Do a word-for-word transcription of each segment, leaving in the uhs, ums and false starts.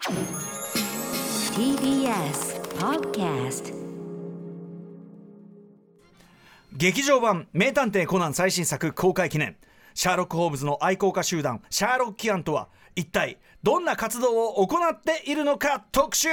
ティービーエス Podcast。 劇場版名探偵コナン最新作公開記念。シャーロック・ホームズの愛好家集団シャーロッキアンとは一体どんな活動を行っているのか特集。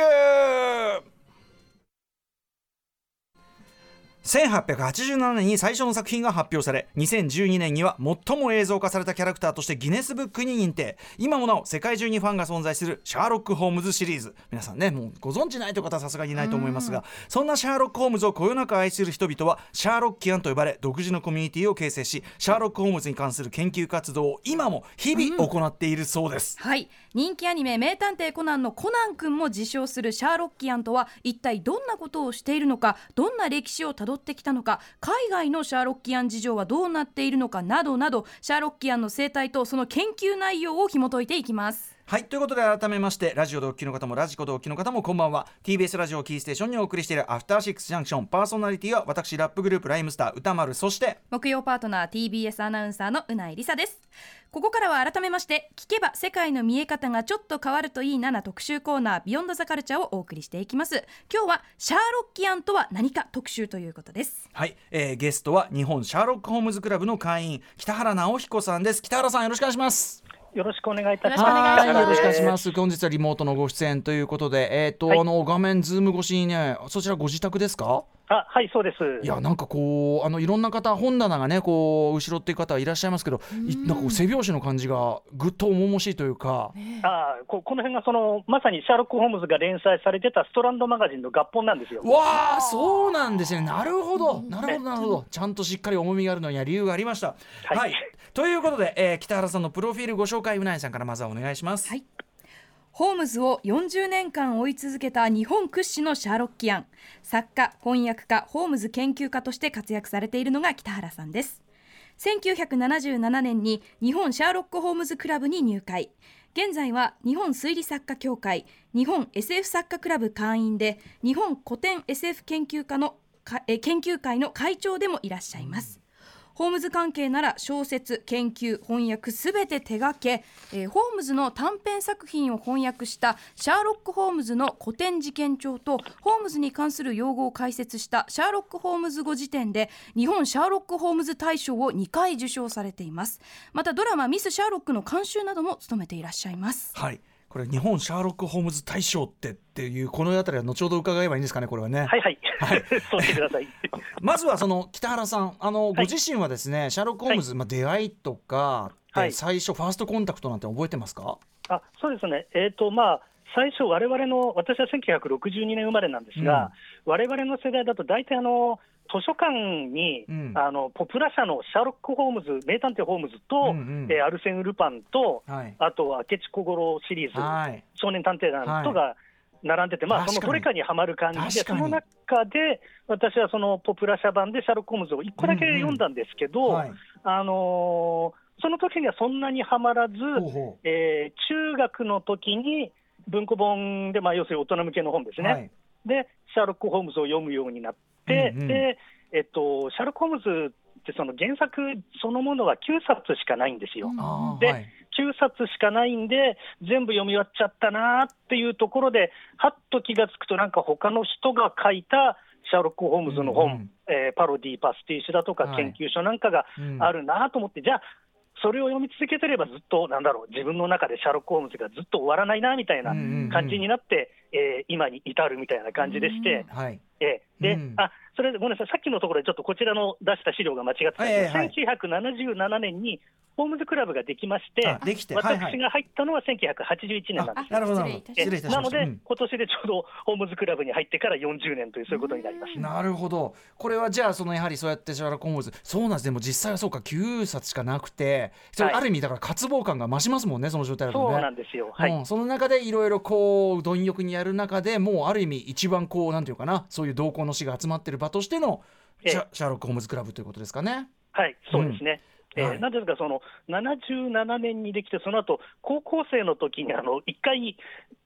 せんはっぴゃくはちじゅうななねんに最初の作品が発表され、にせんじゅうにねんには最も映像化されたキャラクターとしてギネスブックに認定。今もなお世界中にファンが存在するシャーロック・ホームズシリーズ、皆さんねもうご存知ないという方はさすがにいないと思いますが、そんなシャーロック・ホームズをこよなく愛する人々はシャーロッキアンと呼ばれ、独自のコミュニティを形成し、シャーロック・ホームズに関する研究活動を今も日々行っているそうです、 うん、はい、人気アニメ名探偵コナンのコナン君も自称するシャーロッキアンとは一体どんなことをしているのか、どんな歴史をたどってきたのか、海外のシャーロッキアン事情はどうなっているのかなどなど、シャーロッキアンの生態とその研究内容を紐解いていきます。 はい、ということで改めまして、ラジオでお聞きの方もラジコでお聞きの方もこんばんは。 ティービーエス ラジオキーステーションにお送りしているアフターシックスジャンクション、パーソナリティは私ラップグループライムスター歌丸、そして木曜パートナー ティービーエス アナウンサーのうないりさです。ここからは改めまして、聞けば世界の見え方がちょっと変わるといいなな特集コーナー、ビヨンドザカルチャーをお送りしていきます。今日はシャーロッキアンとは何か特集ということです。 はい、えー、ゲストは日本シャーロックホームズクラブの会員北原直彦さんです。北原さん、よろしくお願いします。 よろしくお願いいたします。 はい、よろしくお願いします。本日はリモートのご出演ということで、えーと、はい、あの画面ズーム越しにね、そちらご自宅ですか？ あ、はい、そうです。 いや、なんかこうあのいろんな方、本棚がねこう後ろっていう方いらっしゃいますけど、なんかこう背拍子の感じがぐっと重々しいというか、 あここの辺がそのまさにシャーロック・ホームズが連載されてたストランドマガジンの合本なんですよ。 わあ、そうなんですね。なるほどなるほどなるほど、ちゃんとしっかり重みがあるのには理由がありました。はい、はい、ということで、えー、北原さんのプロフィールご紹介、うないさんからまずはお願いします。 はい、ホームズをよんじゅうねんかん追い続けた日本屈指のシャーロッキアン、作家、翻訳家、ホームズ研究家として活躍されているのが北原さんです。せんきゅうひゃくななじゅうななねんに日本シャーロックホームズクラブに入会。現在は日本推理作家協会、日本 エスエフ 作家クラブ会員で、日本古典 エスエフ 研究家のえ研究会の会長でもいらっしゃいます。ホームズ関係なら小説、研究、翻訳すべて手掛け、えー、ホームズの短編作品を翻訳したシャーロック・ホームズの古典事件帳と、ホームズに関する用語を解説したシャーロック・ホームズ語辞典で日本シャーロック・ホームズ大賞をにかい受賞されています。またドラマミス・シャーロックの監修なども務めていらっしゃいます。 はい、これ日本シャーロック・ホームズ大賞ってっていうこのあたりは後ほど伺えばいいんですかね、これはね。 はいはい、はい、そうしてください。 まずはその北原さん、あの、はい、ご自身はですねシャーロック・ホームズ、はい、まあ、出会いとか、はい、最初ファーストコンタクトなんて覚えてますか？ あ、そうですね、えーとまあ、最初我々の、私はせんきゅうひゃくろくじゅうにねん生まれなんですが、うん、我々の世代だと大体あの図書館に、うん、あのポプラ社のシャーロック・ホームズ、名探偵ホームズと、うんうん、えー、アルセン・ルパンと、はい、あと明智小五郎シリーズ、はい、少年探偵団とが並んでて、はい、まあ、そのどれかにはまる感じで、その中で私はそのポプラ社版でシャーロック・ホームズをいっこだけ読んだんですけど、うんうん、はい、あのー、その時にはそんなにはまらず、ほうほう、えー、中学の時に文庫本で、まあ、要するに大人向けの本ですね、はい、でシャーロック・ホームズを読むようになって、うんうん、でえっと、シャーロック・ホームズってその原作そのものはきゅうさつしかないんですよ。で、はい、きゅうさつしかないんで全部読み終わっちゃったなっていうところで、はっと気がつくとなんか他の人が書いたシャーロック・ホームズの本、うんうん、えー、パロディ、パスティッシュだとか研究書なんかがあるなと思って、はい、うん、じゃあそれを読み続けてればずっとなんだろう、自分の中でシャーロック・ホームズがずっと終わらないなみたいな感じになって、うんうんうん、えー、今に至るみたいな感じでして、うん、はい、えー、で、うん、あそれでごめんなさい、さっきのところでちょっとこちらの出した資料が間違ってたんで、はいはい、せんきゅうひゃくななじゅうななねんにホームズクラブができまして、できて、私が入ったのはせんきゅうひゃくはちじゅういちねんなんです。 なるほど、失礼いたしました。 なので、 うん、 今年でちょうどホームズクラブに入ってからよんじゅうねんというそういうことになります。 なるほど。これはじゃあそのやはりそうやってシャーロック・ホームズ、そうなんです。でも実際はそうか、きゅうさつしかなくて、それある意味だから渇望感が増しますもんね、その状態だとね。 そうなんですよ、はい、 うん、その中でいろいろこう貪欲にやる中で、もうある意味一番こうなんていうかな、そういう同行の士が集まってる場としてのシャ、シャーロック・ホームズクラブということですかね。 はい、そうですね、うん、えーはい、なんですか、そのななじゅうななねんにできて、その後高校生の時にあのいっかい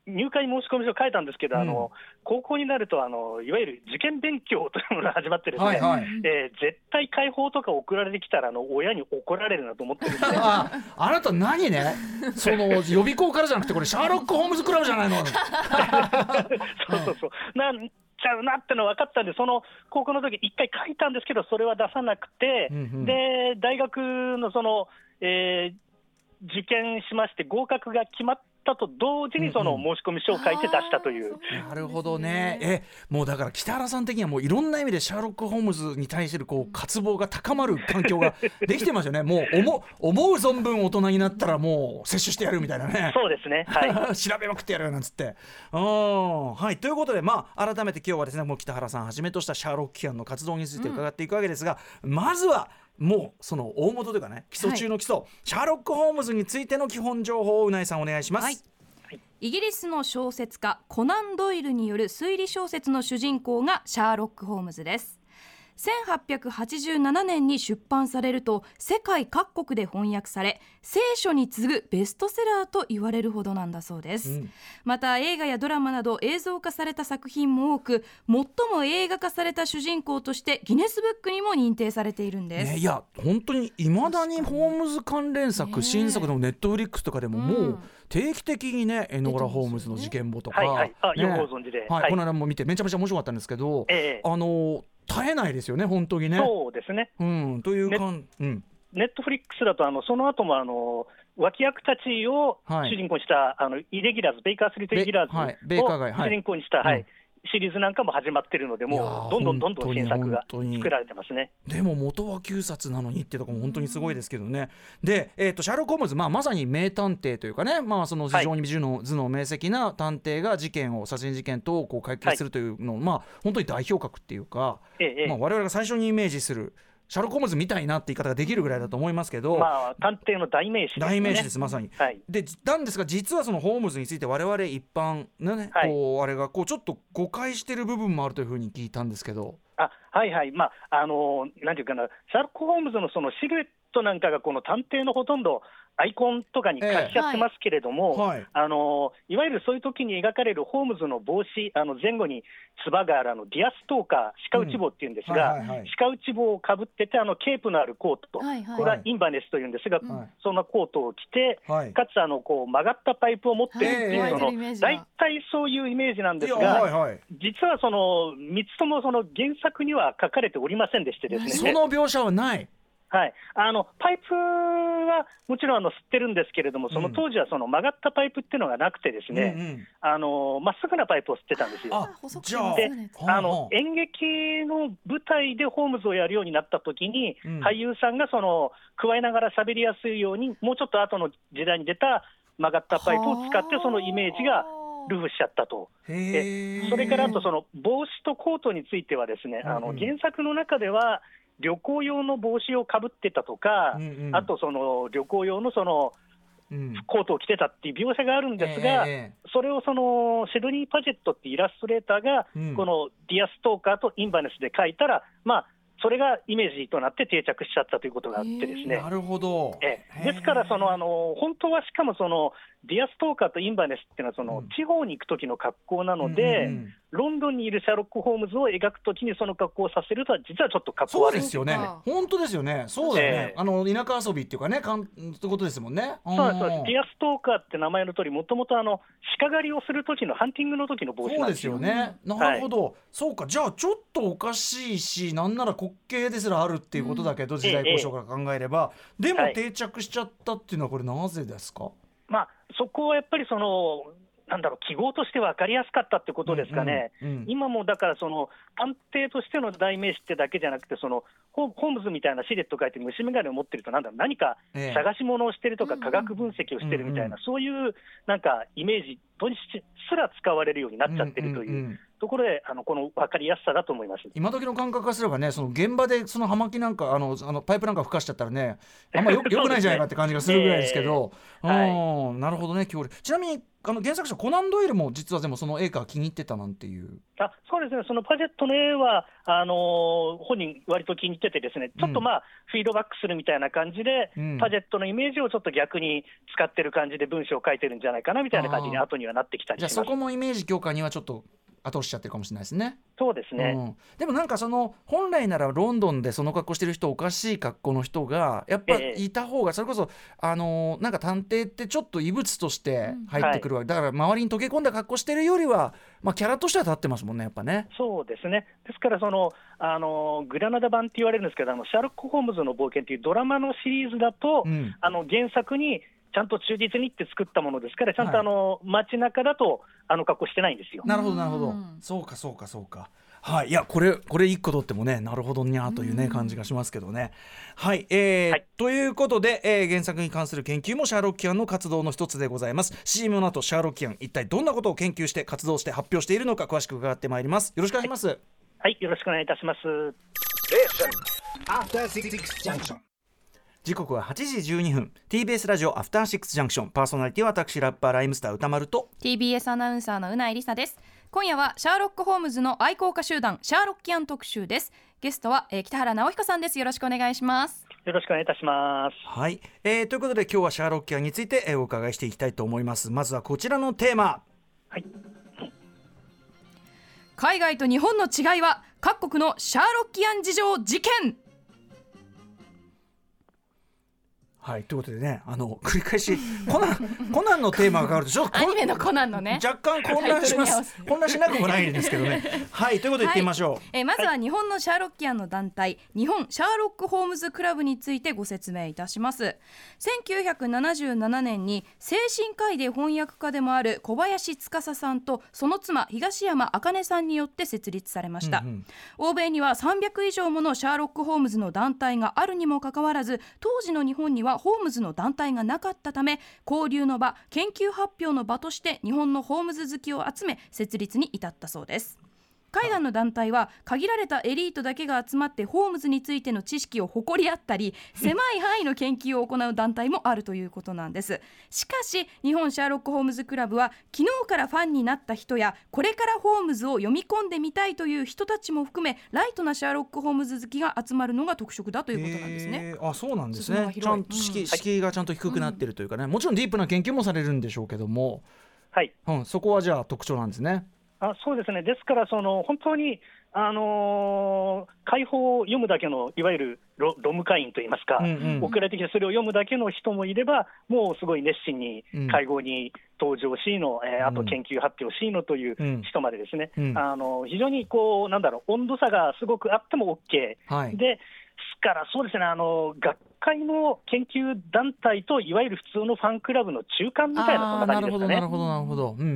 入会申込書書いたんですけど、うん、あの高校になるとあのいわゆる受験勉強というものが始まってですね、はいはい、えー、絶対解放とか送られてきたらあの親に怒られるなと思ってですねあ, あなた何ねその予備校からじゃなくてこれシャーロック・ホームズクラブじゃないのそうそうそうなんちゃうなっての分かったんで、その高校の時一回書いたんですけどそれは出さなくて、うんうん、で大学のその、えー、受験しまして合格が決まったと同時にその申し込み書を書いて出したという、 うんうん、なるほどね。えもうだから北原さん的にはもういろんな意味でシャーロック・ホームズに対するこう渇望が高まる環境ができてますよねもう 思, 思う存分大人になったらもう摂取してやるみたいなね。 そうですね、はい、 調べまくってやるなんつってあ、はい、ということで、まあ、改めて今日はですねもう北原さんはじめとしたシャーロッキアンの活動について伺っていくわけですが、うん、まずはもうその大元というかね基礎中の基礎、はい、シャーロック・ホームズについての基本情報をうないさんお願いします。 はい、イギリスの小説家コナン・ドイルによる推理小説の主人公がシャーロック・ホームズです。せんはっぴゃくはちじゅうななねんに出版されると世界各国で翻訳され聖書に次ぐベストセラーと言われるほどなんだそうです、うん、また映画やドラマなど映像化された作品も多く最も映画化された主人公としてギネスブックにも認定されているんです、 ね、いや本当に未だにホームズ関連作、ね、新作のネットフリックスとかでももう定期的にねエノーラ・ホームズの事件簿とか、 はいはい、あ、ね、よくご存知で、 はいはい、この間も見てめちゃめちゃ面白かったんですけど、えー、あの絶えないですよね本当にね。 そうですね、 うん、というかん、うん、 ネットフリックスだとあのその後もあの脇役たちを主人公にした、はい、あのイレギュラーズベイカーストリートイレギュラーズを主人公にした、はいはい、シリーズなんかも始まってるのでもうどんどんどんどん新作が作られてますね。 でも元はきゅうさつなのにってとこも本当にすごいですけどね。で、えー、とシャーロック・ホームズ、まあ、まさに名探偵というかね、まあ、その非常に頭脳、はい、頭脳明晰な探偵が事件を殺人事件等をこう解決するというのを、はい、まあ、本当に代表格っていうか、ええまあ、我々が最初にイメージするシャーロック・ホームズみたいなって言い方ができるぐらいだと思いますけど、 まあ、探偵の代名詞ですね。 代名詞ですまさに、はい、でなんですが実はそのホームズについて我々一般のね、はい、こうあれがこうちょっと誤解してる部分もあるというふうに聞いたんですけど。 あはいはい、まああのなんていうかな、シャーロック・ホームズのそのシルエットなんかがこの探偵のほとんどアイコンとかに書きちゃってますけれども、えーはいはい、あのいわゆるそういう時に描かれるホームズの帽子、あの前後につばがあるあのディアストーカー鹿打ち帽っていうんですが、うんはいはいはい、鹿打ち帽をかぶっててあのケープのあるコート、はいはい、これはインバネスというんですが、はい、そんなコートを着て、はい、かつあのこう曲がったパイプを持っているっていう、はい、その大体そういうイメージなんですが、はいはい、実はそのみっつともその原作には書かれておりませんでしてですね。 その描写はない。 はい、あのパイプはもちろんあの吸ってるんですけれども、その当時はその曲がったパイプっていうのがなくてですね、うんうん、あのまっすぐなパイプを吸ってたんですよ。 あじゃあであの演劇の舞台でホームズをやるようになった時に、うん、俳優さんがその加えながら喋りやすいようにもうちょっと後の時代に出た曲がったパイプを使ってそのイメージがルフしちゃったと。でそれからあとその帽子とコートについてはですね、あの原作の中では旅行用の帽子をかぶってたとか、うんうん、あとその旅行用のそのコートを着てたっていう描写があるんですが、えー、それをそのシドニー・パジェットっていうイラストレーターがこのディアストーカーとインバネスで描いたら、まあそれがイメージとなって定着しちゃったということがあってですね。 なるほど。 えですからそのあの本当はしかもそのディアストーカーとインバネスっていうのはその地方に行く時の格好なので、うんうんうん、ロンドンにいるシャーロック・ホームズを描く時にその格好をさせるとは実はちょっと格好悪い。 そうですよね。本当ですよね。そうだよね。えー、あの田舎遊びっていうかね、かんってことですもんね。 そうですそうです。ディアストーカーって名前の通りもともとあの鹿狩りをする時のハンティングの時の帽子なんですよ。 そうですよね。なるほど。はい、そうか。じゃあちょっとおかしいし、なんなら滑稽ですらあるっていうことだけど、うん、時代交渉から考えれば、えー、でも定着しちゃったっていうのはこれなぜですか？ まあ、そこはやっぱりそのなんだろう記号として分かりやすかったってことですかね、うんうんうん、今もだからその探偵としての代名詞ってだけじゃなくてそのホームズみたいなシルエットを描いて虫眼鏡を持ってるとなんだろう何か探し物をしてるとか科学分析をしてるみたいな、うんうん、そういうなんかイメージとすら使われるようになっちゃってるという、うんうんうんところであのこの分かりやすさだと思います。 今時の感覚からすればね、その現場でその葉巻なんかあのあのパイプなんか吹かしちゃったらねあんまよよくないんじゃないかって感じがするぐらいですけど、えーはい、なるほどね。ちなみにあの原作者コナン・ドイルも実はでもその絵が気に入ってたなんていう。 あそうですね、そのパジェットの絵はあのー、本人割と気に入っててですね、ちょっとまあ、うん、フィードバックするみたいな感じで、うん、パジェットのイメージをちょっと逆に使ってる感じで文章を書いてるんじゃないかなみたいな感じに後にはなってきたりします。 じゃあそこもイメージ強化にはちょっと後押しちゃってるかもしれないですね。 そうですね、 うん、でもなんかその本来ならロンドンでその格好してる人、おかしい格好の人がやっぱいた方が、それこそあのー、なんか探偵ってちょっと異物として入ってくるわけ、うん、だから周りに溶け込んだ格好してるよりは、まあ、キャラとしては立ってますもんね、やっぱね。 そうですね、ですからそのあのグラナダ版って言われるんですけど、あのシャーロック・ホームズの冒険っていうドラマのシリーズだと、うん、あの原作にちゃんと忠実にって作ったものですから、ちゃんとあの、はい、街中だとあの格好してないんですよ。 なるほどなるほど、そうかそうかそうか。はい、いやこれこれ一個とってもね、なるほどにゃーというね感じがしますけどね。はい、えーはい、ということで、えー、原作に関する研究もシャーロッキアンの活動の一つでございます。 シーエム の後シャーロッキアン一体どんなことを研究して活動して発表しているのか詳しく伺ってまいります。よろしくお願いします。はい、 はい、よろしくお願いいたします。 時刻ははちじじゅうにふん、 ティービーエス ラジオアフターシックスジャンクション、パーソナリティは私ラッパーライムスター歌丸とティービーエス アナウンサーのうないりさです。今夜はシャーロック・ホームズの愛好家集団シャーロッキアン特集です。ゲストは、えー、北原直彦さんです。よろしくお願いします。 よろしくお願いいたします。 はい、えー、ということで今日はシャーロッキアンについて、えー、お伺いしていきたいと思います。まずはこちらのテーマ、 はい、 海外と日本の違いは各国のシャーロッキアン事情事件。 はい、ということでね、あの繰り返しコナンコナンのテーマが変わるとちょっとアニメのコナンのね若干混乱します混乱しなくもないんですけどね。はい、ということで言ってみましょう。はい、 えー、まずは日本のシャーロッキアンの団体、日本シャーロック・ホームズクラブについてご説明いたします。せんきゅうひゃくななじゅうななねんに精神科医で翻訳家でもある小林司さんとその妻東山茜さんによって設立されました。うんうん、欧米にはさんびゃく以上ものシャーロック・ホームズの団体があるにもかかわらず、当時の日本にはホームズの団体がなかったため、交流の場、研究発表の場として日本のホームズ好きを集め設立に至ったそうです。海外の団体は限られたエリートだけが集まってホームズについての知識を誇り合ったり、狭い範囲の研究を行う団体もあるということなんです。しかし日本シャーロック・ホームズクラブは昨日からファンになった人やこれからホームズを読み込んでみたいという人たちも含め、ライトなシャーロック・ホームズ好きが集まるのが特色だということなんですね。 あ、そうなんですね。ちゃんと敷居、敷居がちゃんと低くなってるというかね、うん、もちろんディープな研究もされるんでしょうけども、 はい、 うん、そこはじゃあ特徴なんですね。 あ、そうですね。ですからその本当にあのー、解放を読むだけのいわゆる ロ, ロム会員といいますか、うんうん、送られてきてそれを読むだけの人もいれば、もうすごい熱心に会合に登場しの、うん、えー、あと研究発表しのという人までですね、うんうん、あの非常にこうなんだろう、温度差がすごくあっても OK、はい、ですからそうですね、あの学会の研究団体といわゆる普通のファンクラブの中間みたいな、そんな感じですかね。 なるほどなるほどなるほど、うんうんうん、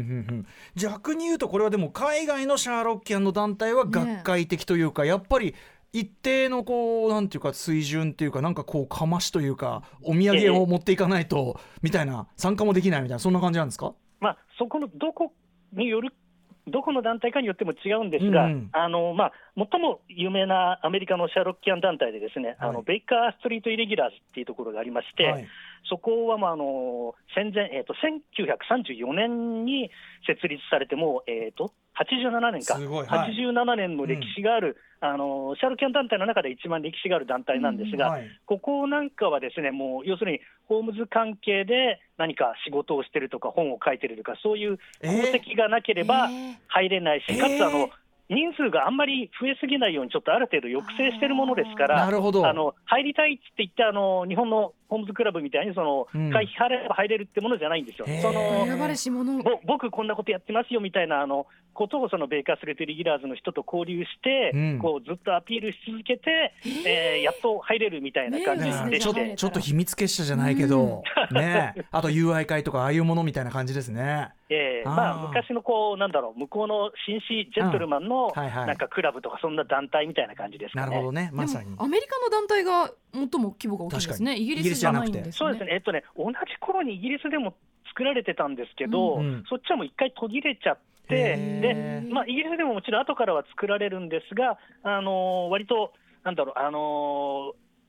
逆に言うとこれはでも海外のシャーロッキアンの団体は学会的というか、ね、やっぱり一定のこうなんていうか水準っていうか、なんかこうかましというかお土産を持っていかないとみたいな、参加もできないみたいな、そんな感じなんですか。 まあ、そこのどこによるどこの団体かによっても違うんですが、うん、あのまあ、最も有名なアメリカのシャーロッキアン団体でですね、はい、あのベイカーストリートイレギュラーズっていうところがありまして、はい、そこは、まあ、あの戦前、えーと、せんきゅうひゃくさんじゅうよねんに設立されてもう、えーと、はちじゅうななねんか、はい、はちじゅうななねんの歴史がある、うん、あのシャーロッキアン団体の中で一番歴史がある団体なんですが、うん、はい、ここなんかはですね、もう要するにホームズ関係で何か仕事をしてるとか本を書いてるとか、そういう功績がなければ入れないし、えー、かつあの、えー人数があんまり増えすぎないようにちょっとある程度抑制しているものですから、 なるほど、 あの入りたいって言ってあの日本のホームズクラブみたいにその、うん、会費払えば入れるってものじゃないんですよ。その選ばれし者、 僕こんなことやってますよみたいなあのことをそのベイカーストリートレギュラーズの人と交流して、うん、こうずっとアピールし続けて、えー、やっと入れるみたいな感じでして、ね、 ちょ、ちょっと秘密結社じゃないけど、うん、ね、あと友愛会とかああいうものみたいな感じですね。 えーあまあ、昔のこうなんだろう、向こうの紳士ジェントルマンのなんかクラブとかそんな団体みたいな感じですかね。 なるほどね、まさにアメリカの団体が最も規模が大きいんですね。イギリスじゃないんですね。 そうですね、えっとね、同じ頃にイギリスでも作られてたんですけど、うんうん、そっちはもう一回途切れちゃって、で、まあ、イギリスでももちろん後からは作られるんですが、あのー、割となんだろう、あのー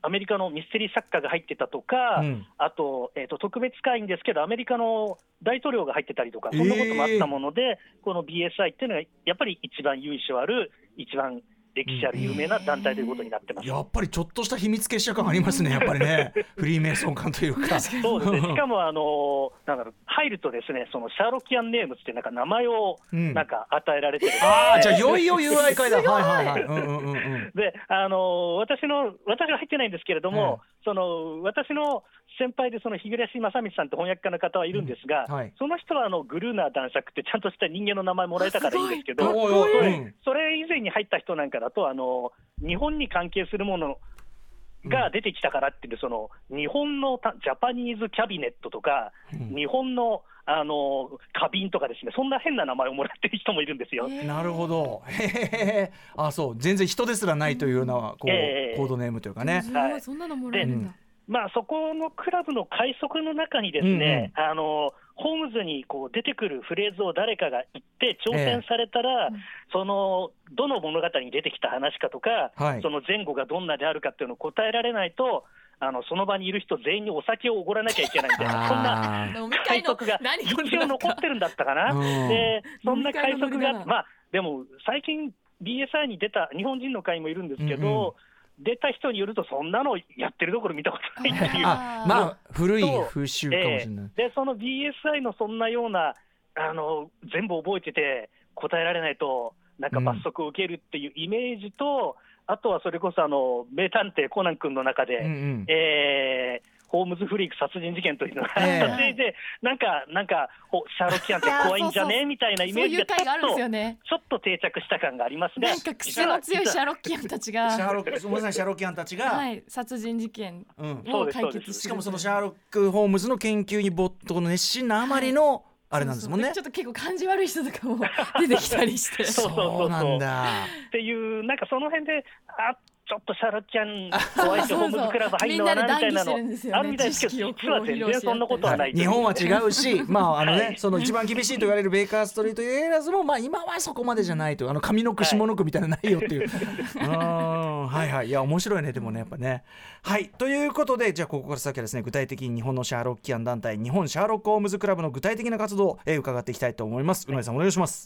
アメリカのミステリー作家が入ってたとか、うん、あと、えーと、特別会員ですけどアメリカの大統領が入ってたりとか、そんなこともあったもので、えー、この ビーエスアイ っていうのはやっぱり一番由緒ある、一番歴史ある有名な団体ということになってます。 やっぱりちょっとした秘密結社感ありますね、やっぱりねフリーメイソン感というかそうですね、しかもあのなんだろう、入るとですね、そのシャーロッキアンネームってなんか名前をなんか与えられてる、うん、 あじゃあいよいよ友愛会だはいはいはい、うんうんうん、 であの私の私は入ってないんですけれども、うん、その私の先輩でその日暮正道さんって翻訳家の方はいるんですが、うんはい、その人はあのグルーナー男爵ってちゃんとした人間の名前もらえたからいいんですけど、それ、それ以前に入った人なんかだとあの日本に関係するものが出てきたからっていう、その日本のジャパニーズキャビネットとか、うん、日本のあの花瓶とかですね、そんな変な名前をもらってる人もいるんですよ。 なるほど、へー、あそう全然人ですらないというようなこう、えー、コードネームというかね、 はい、そんなのもらえるんだ。 まあ、そこのクラブの会則の中にですね、うんうん、あのホームズにこう出てくるフレーズを誰かが言って挑戦されたら、えー、そのどの物語に出てきた話かとか、はい、その前後がどんなであるかっていうのを答えられないと、あのその場にいる人全員にお酒をおごらなきゃいけないみたいなそんな会則が一応残ってるんだったかな。でそんな会則が、まあ、でも最近 ビーエスアイ に出た日本人の会もいるんですけど、うんうん、出た人によるとそんなのやってるところ見たことないっていう、 あまあ古い風習かもしれない、えー、でその ビーエスアイ のそんなようなあの全部覚えてて答えられないとなんか罰則を受けるっていうイメージと、うん、あとはそれこそあの名探偵コナン君の中で、うんうんえーホームズフリーク殺人事件というのが、えー、撮影でなんかなんかシャーロッキアンって怖いんじゃねみたいなイメージがちょっと、ね、ちょっと定着した感がありますが、 なんか癖の強いシャーロッキアンたちがシャーロック、まさにシャーロッキアンたちが、 はい、殺人事件を解決して、うん、 しかもそのシャーロック・ホームズの研究に没頭の熱心なあまりの、はいあれなんですもんね。 そうそう、ちょっと結構感じ悪い人とかも出てきたりしてそうそうそうそうなんだっていうなんかその辺であちょっとシャーロッキャン怖いしホームズクラブ入るのはなみたいなのあるみたいですけど、実は全然そんなことはない、 はい、日本は違うしまああのね、はい、その一番厳しいと言われるベイカーストリートエラーズもまあ今はそこまでじゃないと、あの上の句下の句みたいなのないよっていう、はい、はいはいいや面白いねでもねやっぱね。はいということでじゃあここから先はですね具体的に日本のシャーロッキアン団体日本シャーロックホームズクラブの具体的な活動を、えー、伺っていきたいと思います。うなぎさんお願いします。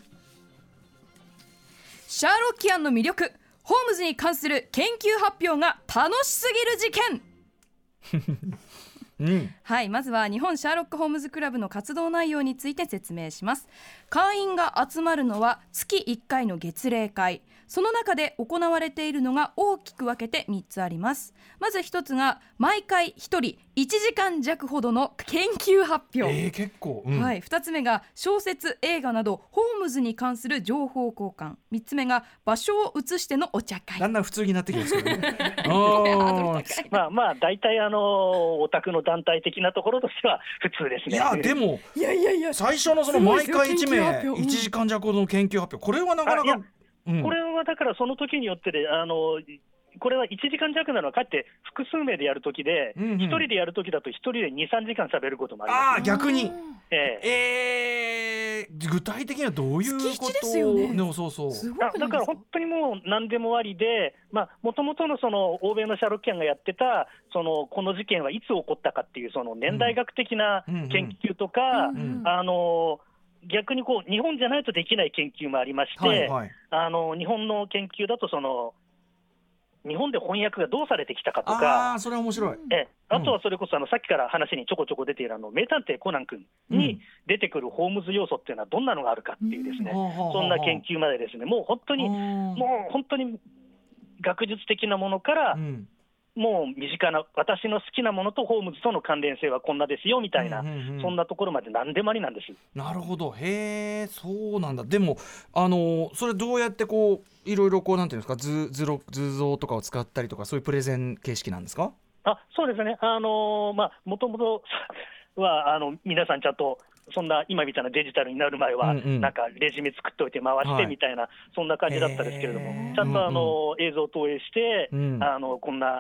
シャーロッキアンの魅力、ホームズに関する研究発表が楽しすぎる事件うん、はいまずは日本シャーロックホームズクラブの活動内容について説明します。会員が集まるのは月いっかいの月例会、その中で行われているのが大きく分けてみっつあります。まずひとつが毎回ひとりいちじかん弱ほどの研究発表、 えー、結構、うんはい、ふたつめが小説映画などホームズに関する情報交換、みっつめが場所を移してのお茶会。 だんだん普通になってきますけどねまあまあ大体あのオタクの団体的なところとしては普通ですね。 いやでもいやいやいや最初のその毎回いちめいちじかん弱ほどの研究発表、これはなかなか、 うん、これはだからその時によってであのこれはいちじかん弱なのはかって複数名でやるときで、うんうん、ひとりでやるときだとひとりでにさんじかん喋ることもあります。 ああ逆に、 えーえー、具体的にはどういうこと月いちですよね。 のそうそうあだから本当にもう何でもありで、もともとのその欧米のシャーロッキアンがやってたそのこの事件はいつ起こったかっていうその年代学的な研究とか、うんうんうん、あの逆にこう日本じゃないとできない研究もありまして、はいはい、あの日本の研究だとその日本で翻訳がどうされてきたかとか、 あそれは面白い。 えあとはそれこそあのさっきから話にちょこちょこ出ているあの名探偵コナン君に出てくるホームズ要素っていうのはどんなのがあるかっていうですね、うん、そんな研究までですね、もう本当にもう本当に学術的なものから、うん、もう身近な私の好きなものとホームズとの関連性はこんなですよみたいな、うんうんうん、そんなところまで何でもありなんです。 なるほど、へえそうなんだ。でもあのそれどうやってこういろいろこうなんていうんですか 図, 図, 図像とかを使ったりとかそういうプレゼン形式なんですか？ あそうですね、あのー、まあもともとはあの皆さんちゃんとそんな今みたいなデジタルになる前は、うんうん、なんかレジュメ作っておいて回してみたいな、はい、そんな感じだったんですけれども、ちゃんとあの、うんうん、映像を投影して、うん、あのこんな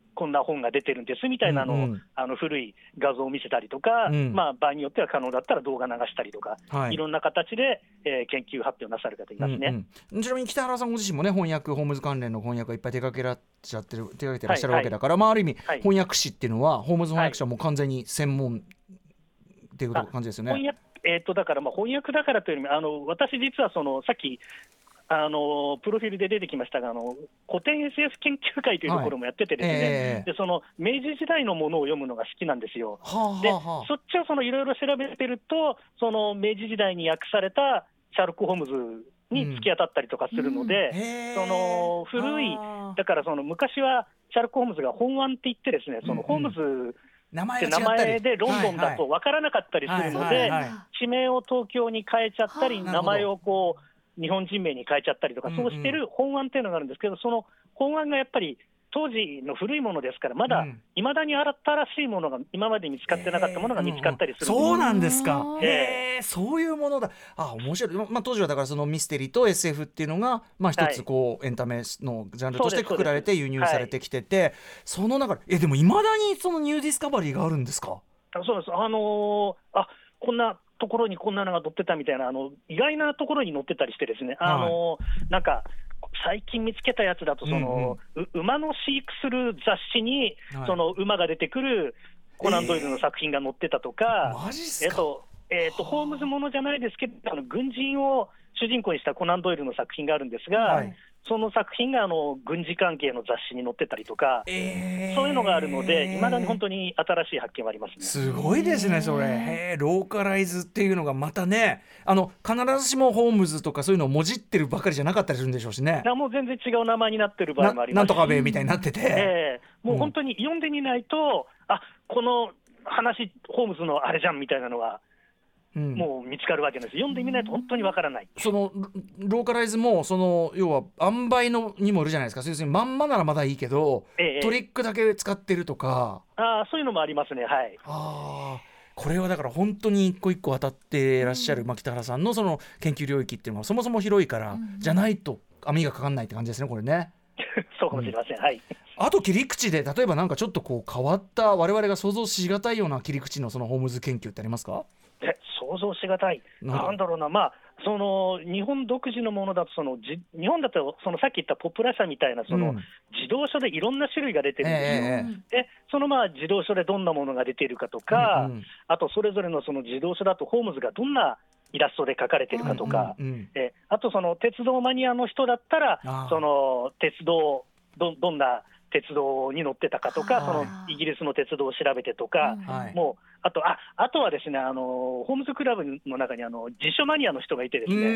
こんな本が出てるんですみたいなのを、うんうん、あの古い画像を見せたりとか、うん、まあ、場合によっては可能だったら動画流したりとか、はい、いろんな形で、えー、研究発表なさる方いますね。 うんうん、ちなみに北原さんご自身もね翻訳ホームズ関連の翻訳をいっぱい手掛けらっしゃってる手掛けてらっしゃるわけだから、はいはい、まあ、ある意味、はい、翻訳士っていうのはホームズ翻訳者も完全に専門っていう感じですよね。 翻訳、えー、とだからまあ翻訳だからというよりもあの私実はそのさっきあのプロフィールで出てきましたがあの古典 エスエフ 研究会というところもやっててですね、はい、えー、でその明治時代のものを読むのが好きなんですよ。はあ、で、はあ、そっちをそのいろいろ調べてるとその明治時代に訳されたシャーロック・ホームズに突き当たったりとかするので、うん、その古いだからその昔はシャーロック・ホームズが本案って言ってですねそのホームズ、うんうん、名前でロンドンだと分からなかったりするので、地名を東京に変えちゃったり、名前をこう日本人名に変えちゃったりとか、うんうん、そうしてる本案っていうのがあるんですけど、その本案がやっぱり当時の古いものですから、まだいまだに新しいものが今まで見つかってなかったものが見つかったりする、 うんうん、そうなんですか。へー、そういうものだ。あ、面白い。まあ、当時はだからそのミステリーと エスエフ っていうのが、まあ、一つこう、はい、エンタメのジャンルとしてくくられて輸入されてきてて、はい、その中でえでもいまだにそのニューディスカバリーがあるんですか。 そうです。あのー、あこんなところにこんなのが載ってたみたいなあの意外なところに載ってたりしてですね、あのー、なんか最近見つけたやつだとその、うんうん、馬の飼育する雑誌に、はい、その馬が出てくるコナン・ドイルの作品が載ってたとか、 えー、マジっすか。 えっとえー、とホームズものじゃないですけどあの軍人を主人公にしたコナン・ドイルの作品があるんですが、はい、その作品があの軍事関係の雑誌に載ってたりとか、えー、そういうのがあるのでいまだに本当に新しい発見はありますね。 すごいですねそれ。へー、ローカライズっていうのがまたね、あの必ずしもホームズとかそういうのをもじってるばかりじゃなかったりするんでしょうしね。 いやもう全然違う名前になってる場合もありますし、 な, なんとかべみたいになってて、 えー、もう本当に読んでみないと、うん、あこの話ホームズのあれじゃんみたいなのはうん、もう見つかるわけです。読んでみないと本当にわからない。 そのローカライズもその要は塩梅のにもよるじゃないですか。要するにまんまならまだいいけど、ええ、トリックだけ使ってるとか、 あそういうのもありますね。はい。 あこれはだから本当に一個一個当たっていらっしゃる、うん、北原さんのその研究領域っていうのはそもそも広いから、うん、じゃないと網がかかんないって感じですねこれね。 そうかもしれません、うん、はい。 あと切り口で例えばなんかちょっとこう変わった我々が想像しがたいような切り口のそのホームズ研究ってありますか。 え想像しがたい、なんだろうな、まあ、その日本独自のものだとそのじ、日本だとそのさっき言ったポプラ社みたいなその、うん、自動書でいろんな種類が出てるんですよ、えー、でそのまあ自動書でどんなものが出ているかとか、うんうん、あとそれぞれのその自動書だとホームズがどんなイラストで描かれているかとか、うんうんうん、えあとその鉄道マニアの人だったらその鉄道 ど, どんな鉄道に乗ってたかとか、そのイギリスの鉄道を調べてとか、はい、もうあと あ, あとはですねあのホームズクラブの中にあの辞書マニアの人がいてですね、うん、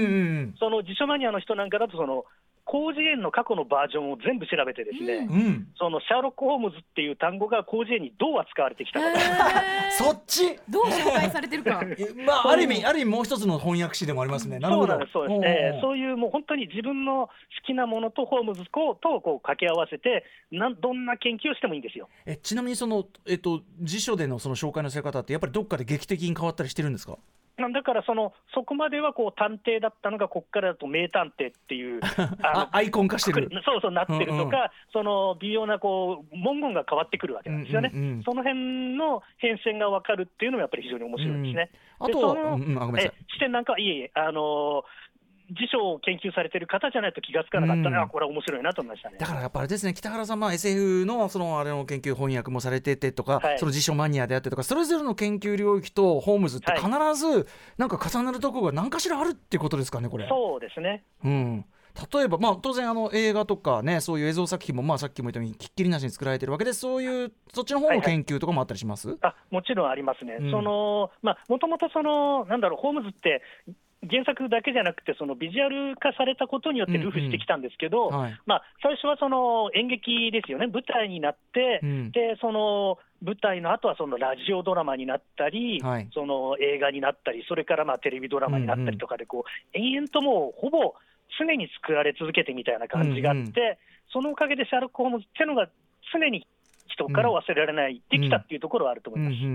その辞書マニアの人なんかだとその広辞苑の過去のバージョンを全部調べてですね、うん、そのシャーロック・ホームズっていう単語が広辞苑にどう扱われてきたかとか、 そっちどう紹介されてるかまあ、ある意味ある意味もう一つの翻訳詞でもありますね。なるほど。 そうなんです、そうですね。そういうもう本当に自分の好きなものとホームズとこうこう掛け合わせてなんどんな研究をしてもいいんですよ。 えちなみにその、えっと、辞書でのその紹介のされ方ってやっぱりどっかで劇的に変わったりしてるんですか。 だからそのそこまではこう探偵だったのがここからだと名探偵っていうあのアイコン化してるそうそうなってるとか、うんうん、その微妙なこう文言が変わってくるわけなんですよね、うんうんうん、その辺の変遷が分かるっていうのもやっぱり非常に面白いですね、うん、あとは、うんうん、あごめんなさい、え視点なんかはいえいえあのー辞書を研究されてる方じゃないと気がつかなかったら、うん、これは面白いなと思いましたね。 だからやっぱりですね北原さんは エスエフ の, そのあれの研究翻訳もされててとか、はい、その辞書マニアであってとかそれぞれの研究領域とホームズって必ずなんか重なるところが何かしらあるっていうことですかねこれ。 そうですね、 うん、例えば、まあ、当然あの映画とかねそういう映像作品も、まあ、さっきも言ったようにひっきりなしに作られてるわけでそういうそっちの方の研究とかもあったりします、 はいはい、あもちろんありますね。そのまあもともとそのなんだろうホームズって原作だけじゃなくてそのビジュアル化されたことによってルフしてきたんですけど、うんうんはいまあ、最初はその演劇ですよね。舞台になって、うん、でその舞台の後はそのラジオドラマになったり、はい、その映画になったりそれからまあテレビドラマになったりとかでこう、うんうん、延々ともうほぼ常に作られ続けてみたいな感じがあって、うんうん、そのおかげでシャーロック・ホームズっていうのが常に人から忘れられない、うん、できたっていうところはあると思います、うんうんうん、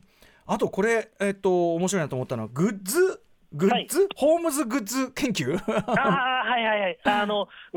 あとこれ、えー、っと面白いなと思ったのはグッズグッズ、はい、ホームズグッズ研究あはいはいはいあの私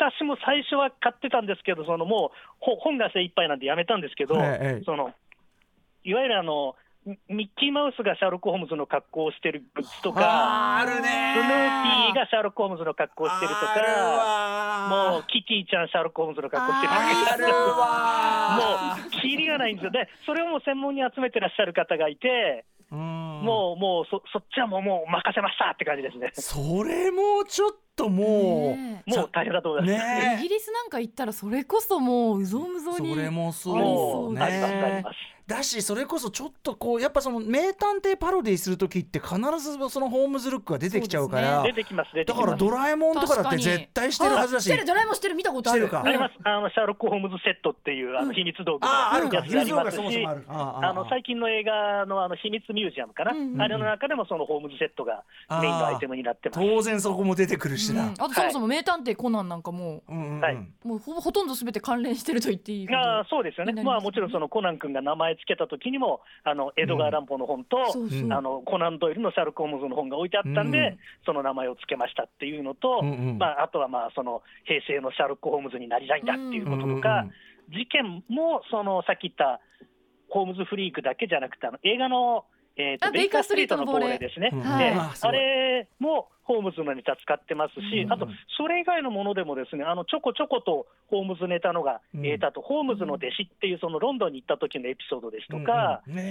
私も最初は買ってたんですけど、そのもう本が精一杯なんでやめたんですけど、 はいはい、 そのいわゆるあのミッキーマウスがシャーロック・ホームズの格好をしてるグッズとか、 あるね、 スヌーピーがシャーロック・ホームズの格好をしてるとか、もうキティちゃんシャーロック・ホームズの格好してるとか、もうキリがないんですよ。でそれをもう専門に集めてらっしゃる方がいて、うん、もうもう そ, そっちはもうもう任せましたって感じですね。 それもちょっともう、 ね、もう大変だと思います、 ね、イギリスなんか行ったらそれこそもううぞうむぞうにそれもそうね、 ありますあります。 だしそれこそちょっとこうやっぱその名探偵パロディするときって必ずそのホームズルックが出てきちゃうから、 ね、出てきます出てきます。 だからドラえもんとかだって絶対してるはずだし、 してるドラえもんしてる見たことあるあります。あのシャーロック・ホームズセットっていうあの秘密道具のやつがありますし、あの最近の映画 の, あの秘密ミュージアムかな、うんうん、あれの中でもそのホームズセットがメインのアイテムになってます。 当然そこも出てくるしな、うん、 あとそもそも名探偵コナンなんかも、はい、もう ほ, ほとんど全て関連してると言っていいほど。 あそうですよね。まあ、もちろんそのコナン君が名前つけた時にもあのエドガー・ランポの本と、うんそうそう、あのコナンドイルのシャーロック・ホームズの本が置いてあったんで、うん、その名前をつけましたっていうのと、うんうん、まあ、あとはまあその平成のシャーロック・ホームズになりたいんだっていうこととか、うんうん、事件もそのさっき言ったホームズフリークだけじゃなくて、あの映画の、えー、とベイカーストリートの亡霊ですね、うん、で、はい、あれもホームズのネタ使ってますし、うん、あとそれ以外のものでもですね、あのちょこちょことホームズネタのが、うん、えー、とホームズの弟子っていうそのロンドンに行った時のエピソードですとか、うんうん、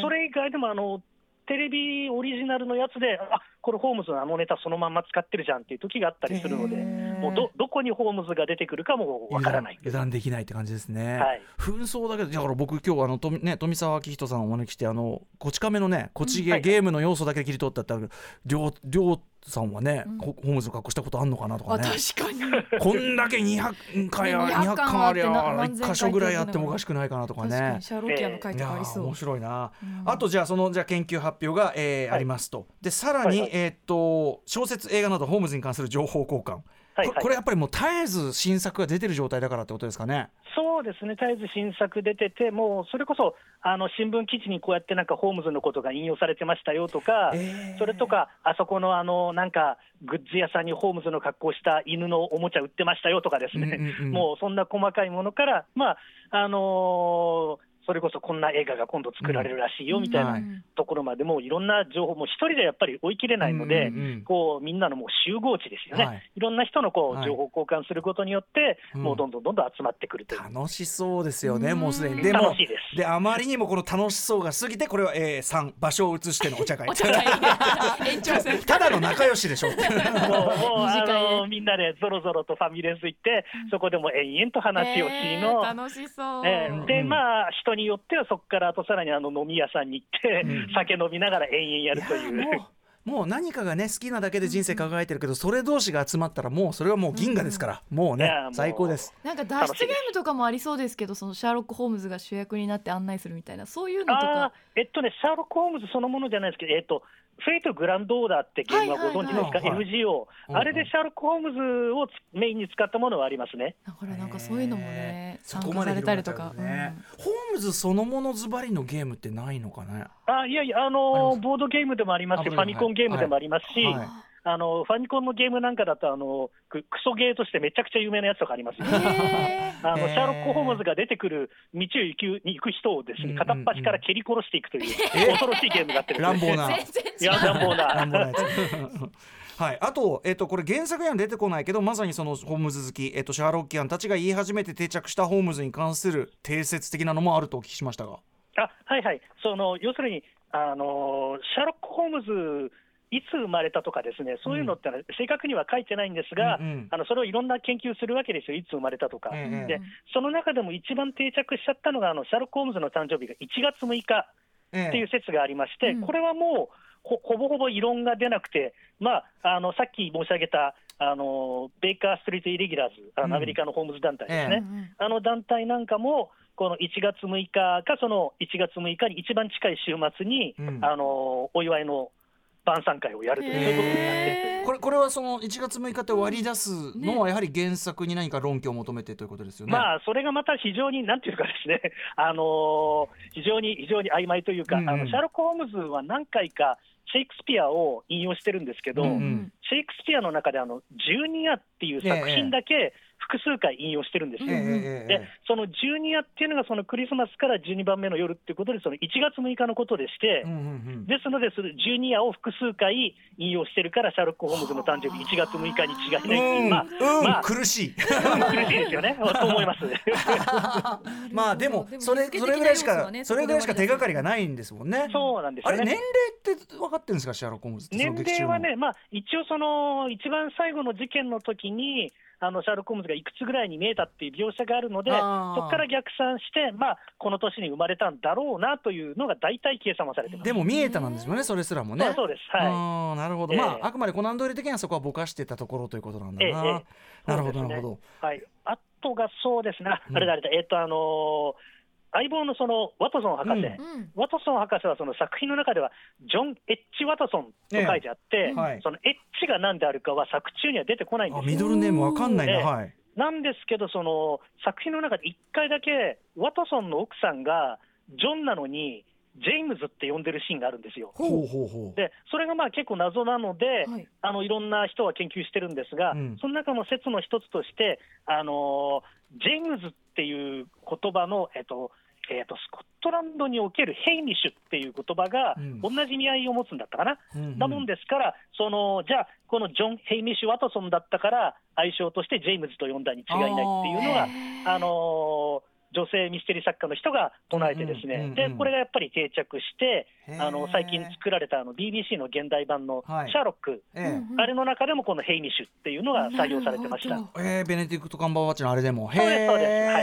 それ以外でもあのテレビオリジナルのやつで、あこれホームズのあのネタそのまんま使ってるじゃんっていう時があったりするので、もう ど, どこにホームズが出てくるかもわからない、 油断できないって感じですね、 はい、 紛争だけど、だから僕今日あのと、ね、富澤明人さんをお招きして、あのこち亀のねこちゲ、うん、ゲームの要素だけ切り取ったってあるりょうりょうさんはね、うん、ホームズの格好したことあんのかなとかね。 あ確かにこんだけにひゃっかいやにひゃっかんありゃいっかしょぐらいあってもおかしくないかなとかね。 確かにシャーロッキアの回とかありそう。 面白いな、うん、あとじゃあそのじゃあ研究発表が、えーはい、ありますと。でさらに、はいはい、えー、っと小説映画などホームズに関する情報交換、はいはい、こ, これやっぱりもう絶えず新作が出てる状態だからってことですかね。 そうですね、絶えず新作出てて、もうそれこそあの新聞記事にこうやってなんかホームズのことが引用されてましたよとか、えー、それとかあそこのあのなんかグッズ屋さんにホームズの格好した犬のおもちゃ売ってましたよとかですね、うんうんうん、もうそんな細かいものから、まああのーそれこそこんな映画が今度作られるらしいよみたいなところまでもいろんな情報も一人でやっぱり追い切れないので、うんうんうん、こうみんなのもう集合値ですよね、はい、いろんな人のこう情報交換することによって、はい、もうどんどんどんどん集まってくるという、 楽しそうですよね、もうすでに。でも楽しいです。 であまりにもこの楽しそうが過ぎて、これは、えー、さん場所を移してのお茶会お茶会延長戦ただの仲良しでしょもうもうあのみんなでぞろぞろとファミレス行って、そこでも延々と話をしの、 えー、楽しそう、 えー、でまあ人によってはそこからあとさらにあの飲み屋さんに行って、うん、酒飲みながら延々やるという。 もう、もう何かがね好きなだけで人生輝いてるけど、それ同士が集まったらもうそれはもう銀河ですから、うん、もうねもう最高です。 なんか脱出ゲームとかもありそうですけど、そのシャーロック・ホームズが主役になって案内するみたいな、そういうのとか。 あえっとねシャーロック・ホームズそのものじゃないですけど、えっとフェイトグランドオーダーってゲームはご存知ですか、はいはいはい、エフジーオー、はい、あれでシャーロック・ホームズをメインに使ったものはありますね。 だからなんかそういうのもね参加されたりとか、 ね、うん、ホームズそのものズバリのゲームってないのかね。 あいやいや、あのボードゲームでもありますし、ファミコンゲームでもありますし、はいはい、あのファミコンのゲームなんかだとあのクソゲーとしてめちゃくちゃ有名なやつとかありますよ、ね、あのシャーロック・ホームズが出てくる道を行く、行く人をですね、片っ端から蹴り殺していくという恐ろしいゲームがあってる、 乱暴な、 いや乱暴な乱暴なやつはい、あと、えっと、これ原作には出てこないけど、まさにそのホームズ好き、えっと、シャーロッキアンたちが言い始めて定着したホームズに関する定説的なのもあるとお聞きしましたが。 あはいはい、その要するにあのシャーロック・ホームズいつ生まれたとかですね、そういうのって正確には書いてないんですが、うんうん、あのそれをいろんな研究するわけですよ、いつ生まれたとか、うんうん、でその中でも一番定着しちゃったのがあのシャーロック・ホームズの誕生日がいちがつむいかっていう説がありまして、うん、これはもう ほ, ほぼほぼ異論が出なくて、まあ、あのさっき申し上げたあのベイカーストリート・イレギュラーズ、あのアメリカのホームズ団体ですね、うんええ、あの団体なんかもこのいちがつむいかかそのいちがつむいかに一番近い週末に、うん、あのお祝いの晩餐会をやるという、そういうことになっている。 これ、これはそのいちがつむいかって割り出すのはやはり原作に何か論拠を求めてということですよね。 まあ、それがまた非常になんていうかですね、あの非常に非常に曖昧というか、うんうん、あのシャーロック・ホームズは何回かシェイクスピアを引用してるんですけど、うんうん、シェイクスピアの中であのジュニアっていう作品だけ複数回引用してるんですよ、 えー、 でそのじゅうに夜っていうのがそのクリスマスからじゅうにばんめの夜っていうことでそのいちがつむいかのことでして、うんうんうん、ですのでそのじゅうに夜を複数回引用してるからシャーロック・ホームズの誕生日いちがつむいかに違いないっていう、 うん、 まあうんまあ、 苦しい、 うん、苦しいですよねと思いますまあでもそれそれぐらいしかそれぐらいしか手がかりがないんですもんね。 そうなんですよね。 あれ年齢って分かってるんですか、シャーロック・ホームズって。 年齢はね、まあ、一応その一番最後の事件の時にあのシャーロック・ホームズがいくつぐらいに見えたっていう描写があるので、そこから逆算して、まあ、この年に生まれたんだろうなというのが大体計算はされてます。 でも見えたなんですよね、それすらもね。 そうそうです、はい、 あなるほど、えー、まああくまでコナンドイル的にはそこはぼかしてたところということなんだな、えーえー、なるほど、ね、なるほど、 はい、あとがそうですね、うん、あれだあれだえっ、ー、とあのー相棒のそのワトソン博士、うん、ワトソン博士はその作品の中ではジョン・エッチ・ワトソンと書いてあって、ええはい、そのエッチが何であるかは作中には出てこないんですよ。 あミドルネームわかんないな、はい、 なんですけどその作品の中でいっかいだけワトソンの奥さんがジョンなのにジェームズって呼んでるシーンがあるんですよ。 ほうほうほう。 でそれがまあ結構謎なので、はい、あのいろんな人は研究してるんですが、うん、その中の説の一つとしてあのジェームズっていう言葉の、えっとえー、とスコットランドにおけるヘイミッシュっていう言葉が同じ意味合いを持つんだったかな、うん、だもんですからそのじゃあこのジョン・ヘイミッシュ・ワトソンだったから愛称としてジェームズと呼んだに違いないっていうのがあ、あのー女性ミステリー作家の人が唱えてですね、うんうんうん、でこれがやっぱり定着してあの最近作られたあの ビービーシー の現代版のシャーロック、はい、あれの中でもこのヘイミッシュっていうのが採用されてました。 えー、ベネディクト・カンバーバッチのあれでも。 そうですそうです、はい、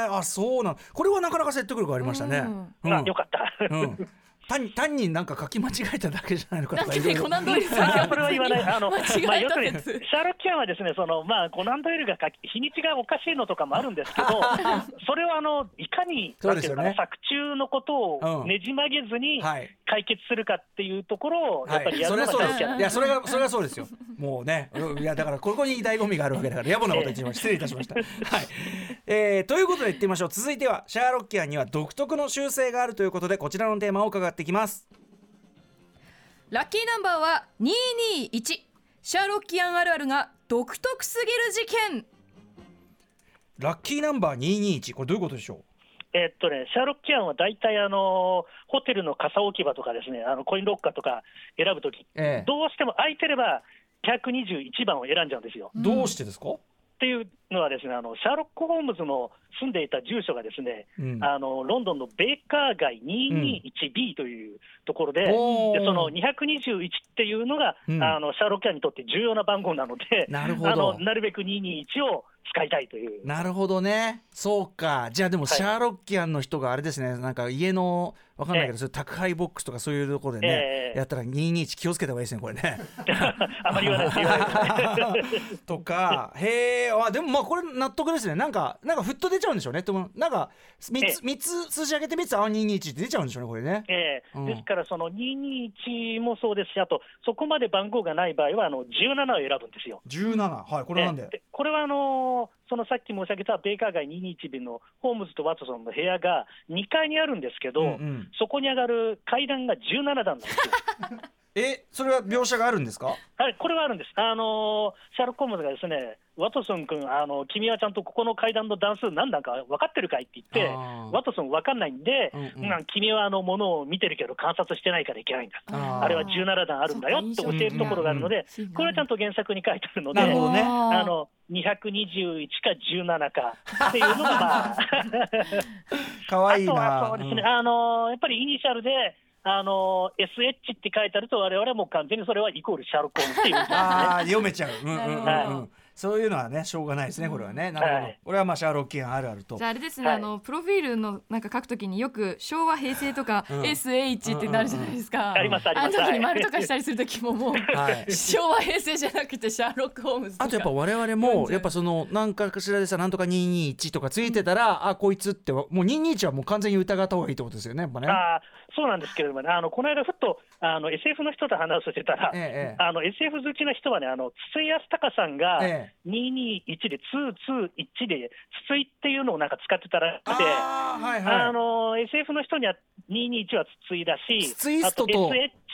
あそうなんこれはなかなか説得力ありましたね、うんうん、あよかった、うん単, 単になんか書き間違えただけじゃないのかとか、 コナンドイルさんがそれは言わない。あの、まあ、要するにシャャーロッキアンはですね、そのまあコナンドイルが書き日にちがおかしいのとかもあるんですけど、それはあのいかに、なんていうかな、作中のことをねじ曲げずに解決するかっていうところをやっぱりやるのがシャーロッキアン。 いやそれがそれがそうですよ。もうね、いやだからここに醍醐味があるわけだから野暮なこと言ってしまい失礼いたしました。はい。えー、ということで言ってみましょう。続いてはシャーロッキアンには独特の習性があるということでこちらのテーマを伺っていきます。 ラッキーナンバーはにひゃくにじゅういち。シャーロッキアンあるあるが独特すぎる事件。 ラッキーナンバーにひゃくにじゅういち、これどういうことでしょう。 えーっとね、シャーロッキアンは大体あのホテルの傘置き場とかですね、あのコインロッカーとか選ぶとき、ええ、どうしても空いてればひゃくにじゅういちばんを選んじゃうんですよ。 どうしてですか。 っていうのはですね、あのシャーロック・ホームズの住んでいた住所がですね、うん、あのロンドンのベーカー街 にひゃくにじゅういちビー というところで、うん、でそのにひゃくにじゅういちっていうのが、うん、あのシャーロック・ホームズにとって重要な番号なので、 なるほど、 あのなるべくにひゃくにじゅういちを使いたいという。 なるほどね。そうか。じゃあでもシャーロッキアンの人があれですね、はい、なんか家のわかんないけど、えー、宅配ボックスとかそういうところでね、えー、やったらにひゃくにじゅういち気をつけた方がいいですねこれね。 あまり言わないです言わないですとか、へえ、あでもまあこれ納得ですね。なんかなんかふっと出ちゃうんでしょうね。ともなんかみっつ、えー、みっつ数字上げてみっつあにひゃくにじゅういちって出ちゃうんでしょうねこれね。 えーうん、ですからそのにひゃくにじゅういちもそうですし、あとそこまで番号がない場合はあのじゅうななを選ぶんですよ。 じゅうなな、はい、これなんで。 えー、これはあのーそのさっき申し上げたベーカー街にひゃくにじゅういち便のホームズとワトソンの部屋がにかいにあるんですけど、うんうん、そこに上がる階段がじゅうななだんなんですよ。 え、それは描写があるんですか。 はい、これはあるんです。あのー、シャーロック・ホームズがですね、ワトソン君、あの君はちゃんとここの階段の段数何段か分かってるかいって言って、ワトソン分かんないんで、うんうん、君はあのものを見てるけど観察してないからいけないんだ、 あ, あれはじゅうななだんあるんだよって教えるところがあるので、これはちゃんと原作に書いてあるので、 なるほどね、 あのにひゃくにじゅういちかじゅうななかっていうのがまあかわいいな。 あとはそうですね、うん、あのやっぱりイニシャルであの エスエイチ って書いてあると我々はもう完全にそれはイコールシャーロック・ホームズっていう、ね、 あ読めちゃう、うんうんうんうん、はい、そういうのはねしょうがないですねこれはね。なるほど、はい、これはまあシャーロッキアンあるあると。 じゃああれですね、はい、あのプロフィールのなんか書くときによく昭和平成とか、うん、エスエイチ ってなるじゃないですか、うんうんうん、 ありますあります。 あの時に丸とかしたりするときももう、はい、昭和平成じゃなくてシャーロック・ホームズとか。 あとやっぱ我々もやっぱその何かしらでさなんとかにひゃくにじゅういちとかついてたら、うん、あこいつってもうにひゃくにじゅういちはもう完全に疑った方がいいってことですよねやっぱね。 あそうなんですけれどもね、あのこの間ふっとあの エスエフ の人と話をしてたら、ええ、あの エスエフ 好きな人はね、あの筒井康隆さんがにひゃくにじゅういちでにひゃくにじゅういちで筒井っていうのをなんか使ってたらしくて、あ、はいはい、あの エスエフ の人にはにひゃくにじゅういちは筒井だし、 筒井ストとエスエイチ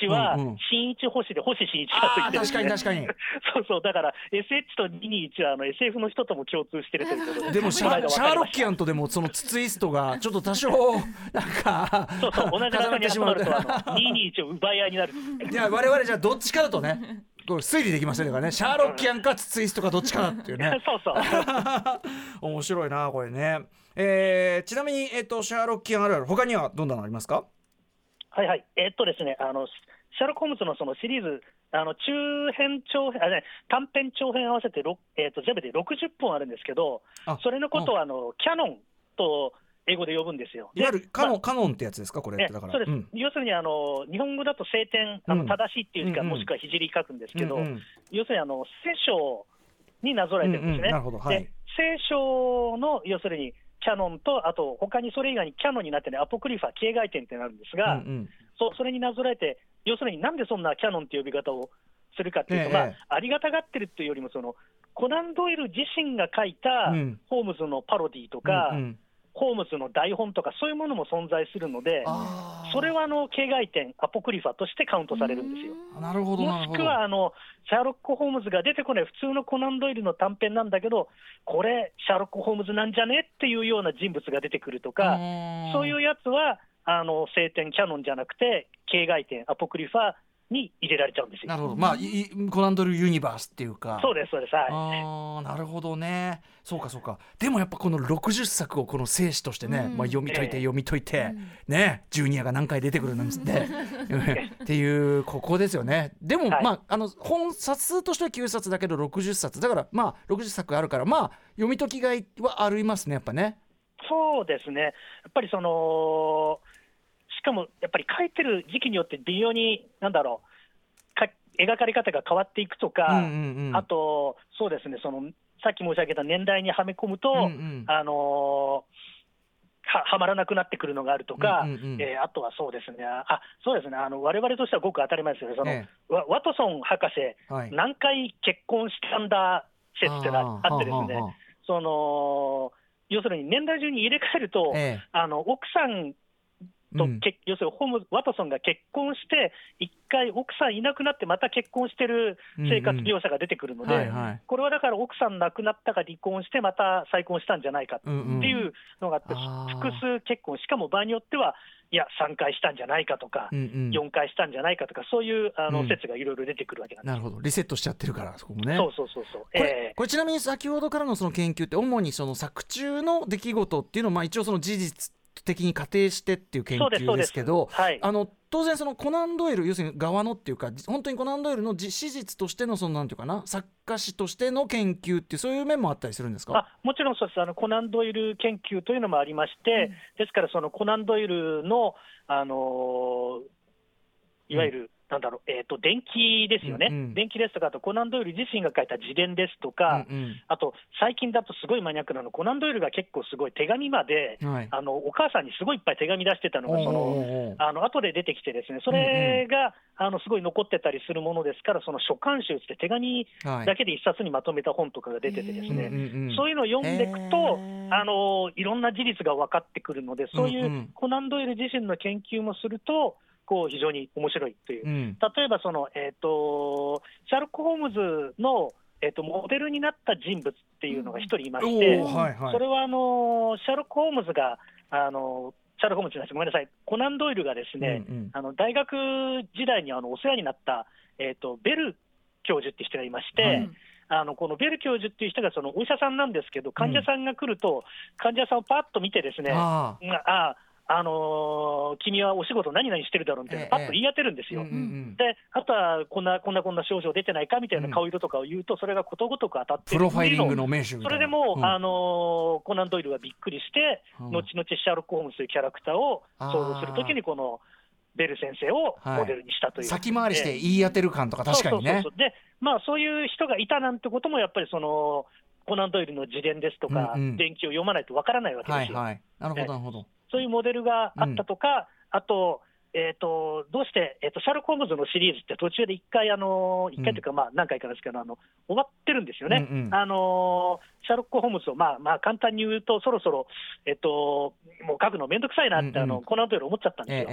チは新一星で星新一がついてるんですね。 あ確かに確かにそうそう、だから エスエイチ とにひゃくにじゅういちはあの エスエフ の人とも共通してるということで、 でもシャシャーロッキアンとでもそのツツイストがちょっと多少なんかそうそう、同じ場所に集まるとあのにひゃくにじゅういちを奪い合いになる。 いや我々じゃあどっちかだとねこれ推理できませんからね、シャーロッキアンかツツイストかどっちかだっていうねそうそう面白いなこれね。えー、ちなみに、えー、とシャーロッキアンあるある他にはどんなのありますか？ はいはい、えー、っとですね、あのシャーロック・ホームズのそのシリーズ、あの中編長編あ、ね、短編長編合わせて、えー、っと全部でろくじゅっぽんあるんですけど、それのことをあのキャノンと英語で呼ぶんですよ。 いわゆるカノン、 まあ、 カノンってやつですかこれって。だからそうです、 うん、 要するにあの日本語だと聖典、あのうん正しいっていう字か、 うんうんもしくは聖書書くんですけど、 うんうん、 要するにあの聖書になぞらえてるんですね。 うんうんなるほど、はい、 で聖書の要するにキャノンと、あと他にそれ以外にキャノンになってね、アポクリファ、形骸点ってなるんですが、 うんうん、 そ, それになぞらえて、要するになんでそんなキャノンって呼び方をするかっていうと、 ええまあ、ありがたがってるっていうよりもその、コナン・ドイル自身が書いたうんホームズのパロディとか、 うんうんホームズの台本とか、そういうものも存在するので、それはあの形骸点、アポクリファとしてカウントされるんですよ。 なるほどなるほど。 もしくはあのシャーロック・ホームズが出てこない普通のコナン・ドイルの短編なんだけど、これ、シャーロック・ホームズなんじゃねっていうような人物が出てくるとか、そういうやつはあの聖典、キャノンじゃなくて、形骸点、アポクリファに入れられちゃうんですよ。 なるほど、まあ、いコナンドイルユニバースっていうか。 そうです、そうです、はい、 あなるほどね。そうかそうか。でもやっぱこのろくじゅっさくをこの聖史としてね、うんまあ、読み解いて読み解いて、うん、ねジュニアが何回出てくるなんつってっていうここですよね。でも、はい、まああの本冊数としてはきゅうさつだけどろくじゅっさつだから、まあろくじゅっさくあるから、まあ読み解きがいはありますねやっぱね。 そうですね、やっぱりそのしかもやっぱり書いてる時期によって微妙になんだろうか描かれ方が変わっていくとか、うんうんうん、あとそうですね、そのさっき申し上げた年代にはめ込むと、うんうん、あのー、は, はまらなくなってくるのがあるとか、うんうんうんえー、あとはそうですね、あそうですね、あの我々としてはごく当たり前ですよね、その、ええ、ワ, ワトソン博士、はい、何回結婚したんだ説ってのがあってですね、はあはあ、その要するに年代順に入れ替えると、ええ、あの奥さんと、うん、要するにホームワトソンが結婚して一回奥さんいなくなってまた結婚してる生活描写が出てくるので、うんうんはいはい、これはだから奥さん亡くなったか離婚してまた再婚したんじゃないかっていうのがあって、うんうん、複数結婚、しかも場合によってはいやさんかいしたんじゃないかとか、うんうん、よんかいしたんじゃないかとか、そういうあの、うん、説がいろいろ出てくるわけなんです。 なるほど、リセットしちゃってるからそこもね。 そうそうそうそう、 これ、えー、これちなみに先ほどからのその研究って主にその作中の出来事っていうのを、まあ、一応その事実的に仮定してっていう研究ですけど、はい、あの当然そのコナンドイル要するに側のっていうか本当にコナンドイルの史実としてのそのなんていうかな作家史としての研究っていうそういう面もあったりするんですか？ あもちろんそうです。あのコナンドイル研究というのもありまして、うん、ですからそのコナンドイルの、あのー、いわゆる、うんなんだろうえー、と電気ですよね、うんうん、電気ですとか、あとコナン・ドイル自身が書いた自伝ですとか、うんうん、あと最近だとすごいマニアックなの、コナン・ドイルが結構すごい手紙まで、はい、あのお母さんにすごいいっぱい手紙出してたのが、そのあの後で出てきて、ですねそれが、うんうん、あのすごい残ってたりするものですから、その書簡集って手紙だけで一冊にまとめた本とかが出てて、ですね、はい、そういうのを読んでいくと、あのいろんな事実が分かってくるので、そういうコナン・ドイル自身の研究もすると、こう非常に面白いという、うん、例えばその、えー、とシャーロック・ホームズの、えー、とモデルになった人物っていうのが一人いまして、うんはいはい、それはあのシャーロック・ホームズがあのシャーロック・ホームズじゃないです、ごめんなさい、コナン・ドイルがですね、うんうん、あの大学時代にあのお世話になった、えー、とベル教授っていう人がいまして、うんあのこのベル教授っていう人がそのお医者さんなんですけど、患者さんが来ると、患者さんをパッと見てですね、うん、あああのー、君はお仕事何々してるだろうみたいな、パッと言い当てるんですよ、ええうんうん、であとはこんなこんなこんな症状出てないかみたいな顔色とかを言うと、それがことごとく当たってる、 プロファイリングの名手みたいな、 それでもう、うんあのー、コナン・ドイルはびっくりして、うん、後々シャーロック・ホームズというキャラクターを想像するときに、このベル先生をモデルにしたという、 はい、先回りして言い当てる感とか確かにね、 で、まあ、そういう人がいたなんてこともやっぱりそのコナン・ドイルの自伝ですとか、うんうん、伝記を読まないとわからないわけですよ、 はいはい、なるほどなるほど、 そういうモデルがあったとか、うん、あと、えー、とどうして、えー、とシャーロック・ホームズのシリーズって途中でいっかい、あのいっかいというか、まあ、何回かですけど、あの終わってるんですよね、うんうん、あのシャーロック・ホームズを、まあまあ、簡単に言うと、そろそろ、えー、ともう書くのめんどくさいなって、うんうん、あのコナン・ドイル思っちゃったんですよ。ええ